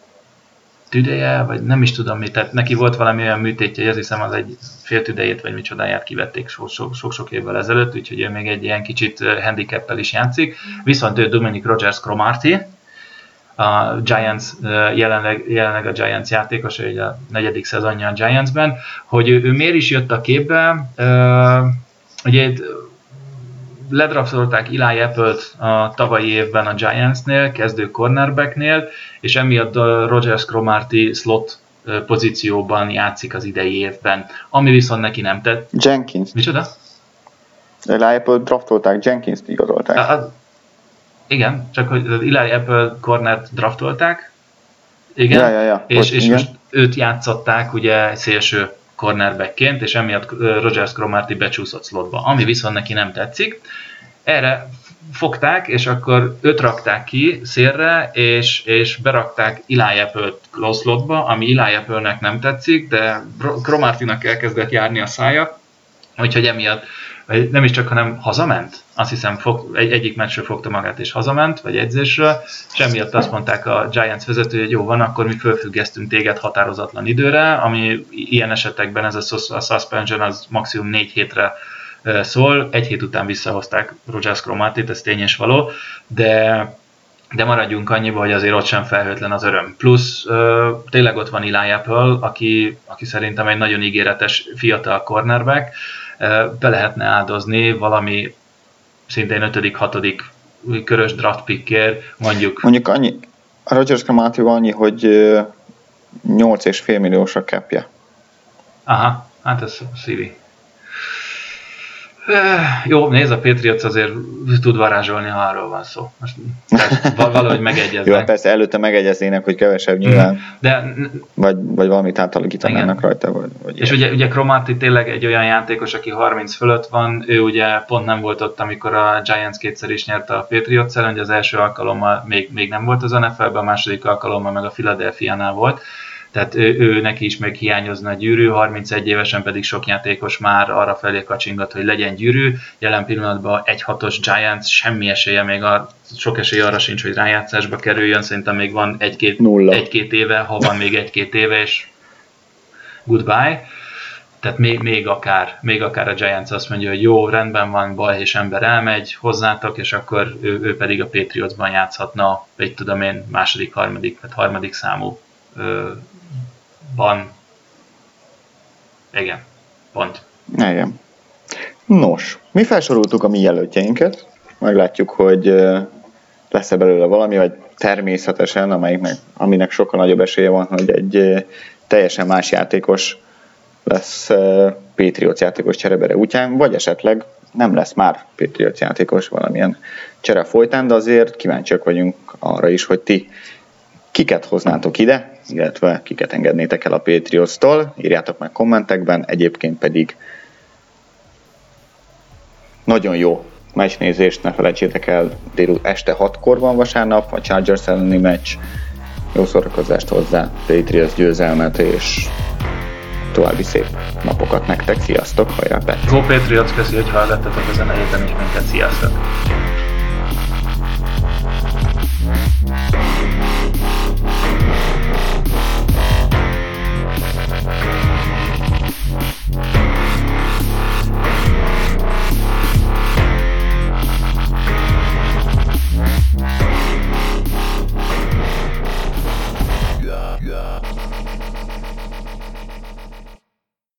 tüdeje, vagy nem is tudom mi, tehát neki volt valami olyan műtétje, hogy azt hiszem az egy fél tüdejét, vagy micsodáját kivették sok évvel ezelőtt, úgyhogy ő még egy ilyen kicsit handicappel is játszik. Viszont ő Dominic Rodgers-Cromartie, a Giants, jelenleg a Giants játékos, ugye a 4. szezonja a Giantsben, hogy ő miért is jött a képbe, ugye ledraftolták Eli Apple-t a tavalyi évben a Giantsnél, kezdő cornerbacknél, és emiatt a Rodgers-Cromartie slot pozícióban játszik az idei évben, ami viszont neki nem tett. Jenkins. Micsoda? Eli Apple draftolták, Jenkins-t igazolták. Igen, csak hogy az Eli Apple cornert draftolták, igen, ja. És most őt játszották ugye szélső cornerbackként, és emiatt Rodgers-Cromartie becsúszott slotba, ami viszont neki nem tetszik. Erre fogták, és akkor őt rakták ki szélre, és berakták Eli Apple-t close slotba, ami Eli Apple-nek nem tetszik, de Cromartie-nak elkezdett járni a szája, úgyhogy emiatt nem is csak, hanem hazament. Azt hiszem, egyik meccsről fogta magát és hazament, vagy edzésről, és emiatt azt mondták a Giants vezető, hogy jó van, akkor mi fölfüggesztünk téged határozatlan időre, ami ilyen esetekben ez a suspension az maximum 4 hétre szól. 1 hét után visszahozták Rodgers-Cromartie-t, ez tény és való, de maradjunk annyiba, hogy azért ott sem felhőtlen az öröm. Plusz tényleg ott van Eli Apple, aki szerintem egy nagyon ígéretes fiatal cornerback, be lehetne áldozni valami szintén 5.-6. körös draft pickért, mondjuk annyi, a Rodgers-Cromartie annyi, hogy 8,5 milliós a capje. Aha, hát ez szívi. Jó, nézd, a Patriots azért tud varázsolni, ha arról van szó. Most valahogy megegyeznek. Jó, persze előtte megegyeznének, hogy kevesebb nyilván. De, vagy valamit átalakítanának rajta. Vagy és ugye Cromartie tényleg egy olyan játékos, aki 30 fölött van, ő ugye pont nem volt ott, amikor a Giants kétszer is nyerte a Patriots-el, ugye az első alkalommal még nem volt az NFL-ben, a második alkalommal meg a Philadelphia-nál volt. Tehát ő neki is még hiányozna a gyűrű, 31 évesen pedig sok játékos már arra felé kacsingat, hogy legyen gyűrű. Jelen pillanatban 1-6-os Giants, semmi esélye, még sok esély arra sincs, hogy rájátszásba kerüljön, szerintem még van 1-2 éve, ha van még 1-2 éve, és goodbye. Tehát még akár a Giants azt mondja, hogy jó, rendben van, baj és ember elmegy hozzátok, és akkor ő pedig a Patriotsban játszhatna, vagy tudom én, második, harmadik számú van. Igen, pont. Igen. Nos, mi felsoroltuk a mi jelöltjeinket, meglátjuk, hogy lesz-e belőle valami, vagy természetesen, aminek sokkal nagyobb esélye van, hogy egy teljesen más játékos lesz Patriots játékos cserebere útján, vagy esetleg nem lesz már Patriots játékos valamilyen csere folytán, de azért kíváncsiak vagyunk arra is, hogy ti kiket hoznátok ide, illetve kiket engednétek el a Patriots-tól, írjátok meg kommentekben, egyébként pedig nagyon jó meccsnézést, ne felejtsétek el, este 6-kor van vasárnap, a Chargers elleni meccs, jó szórakozást hozzá, Patriots győzelmet, és további szép napokat nektek, sziasztok, hajrá Pet! Go Patriots, köszi, hogy hallottatok a zenejében is minket, sziasztok!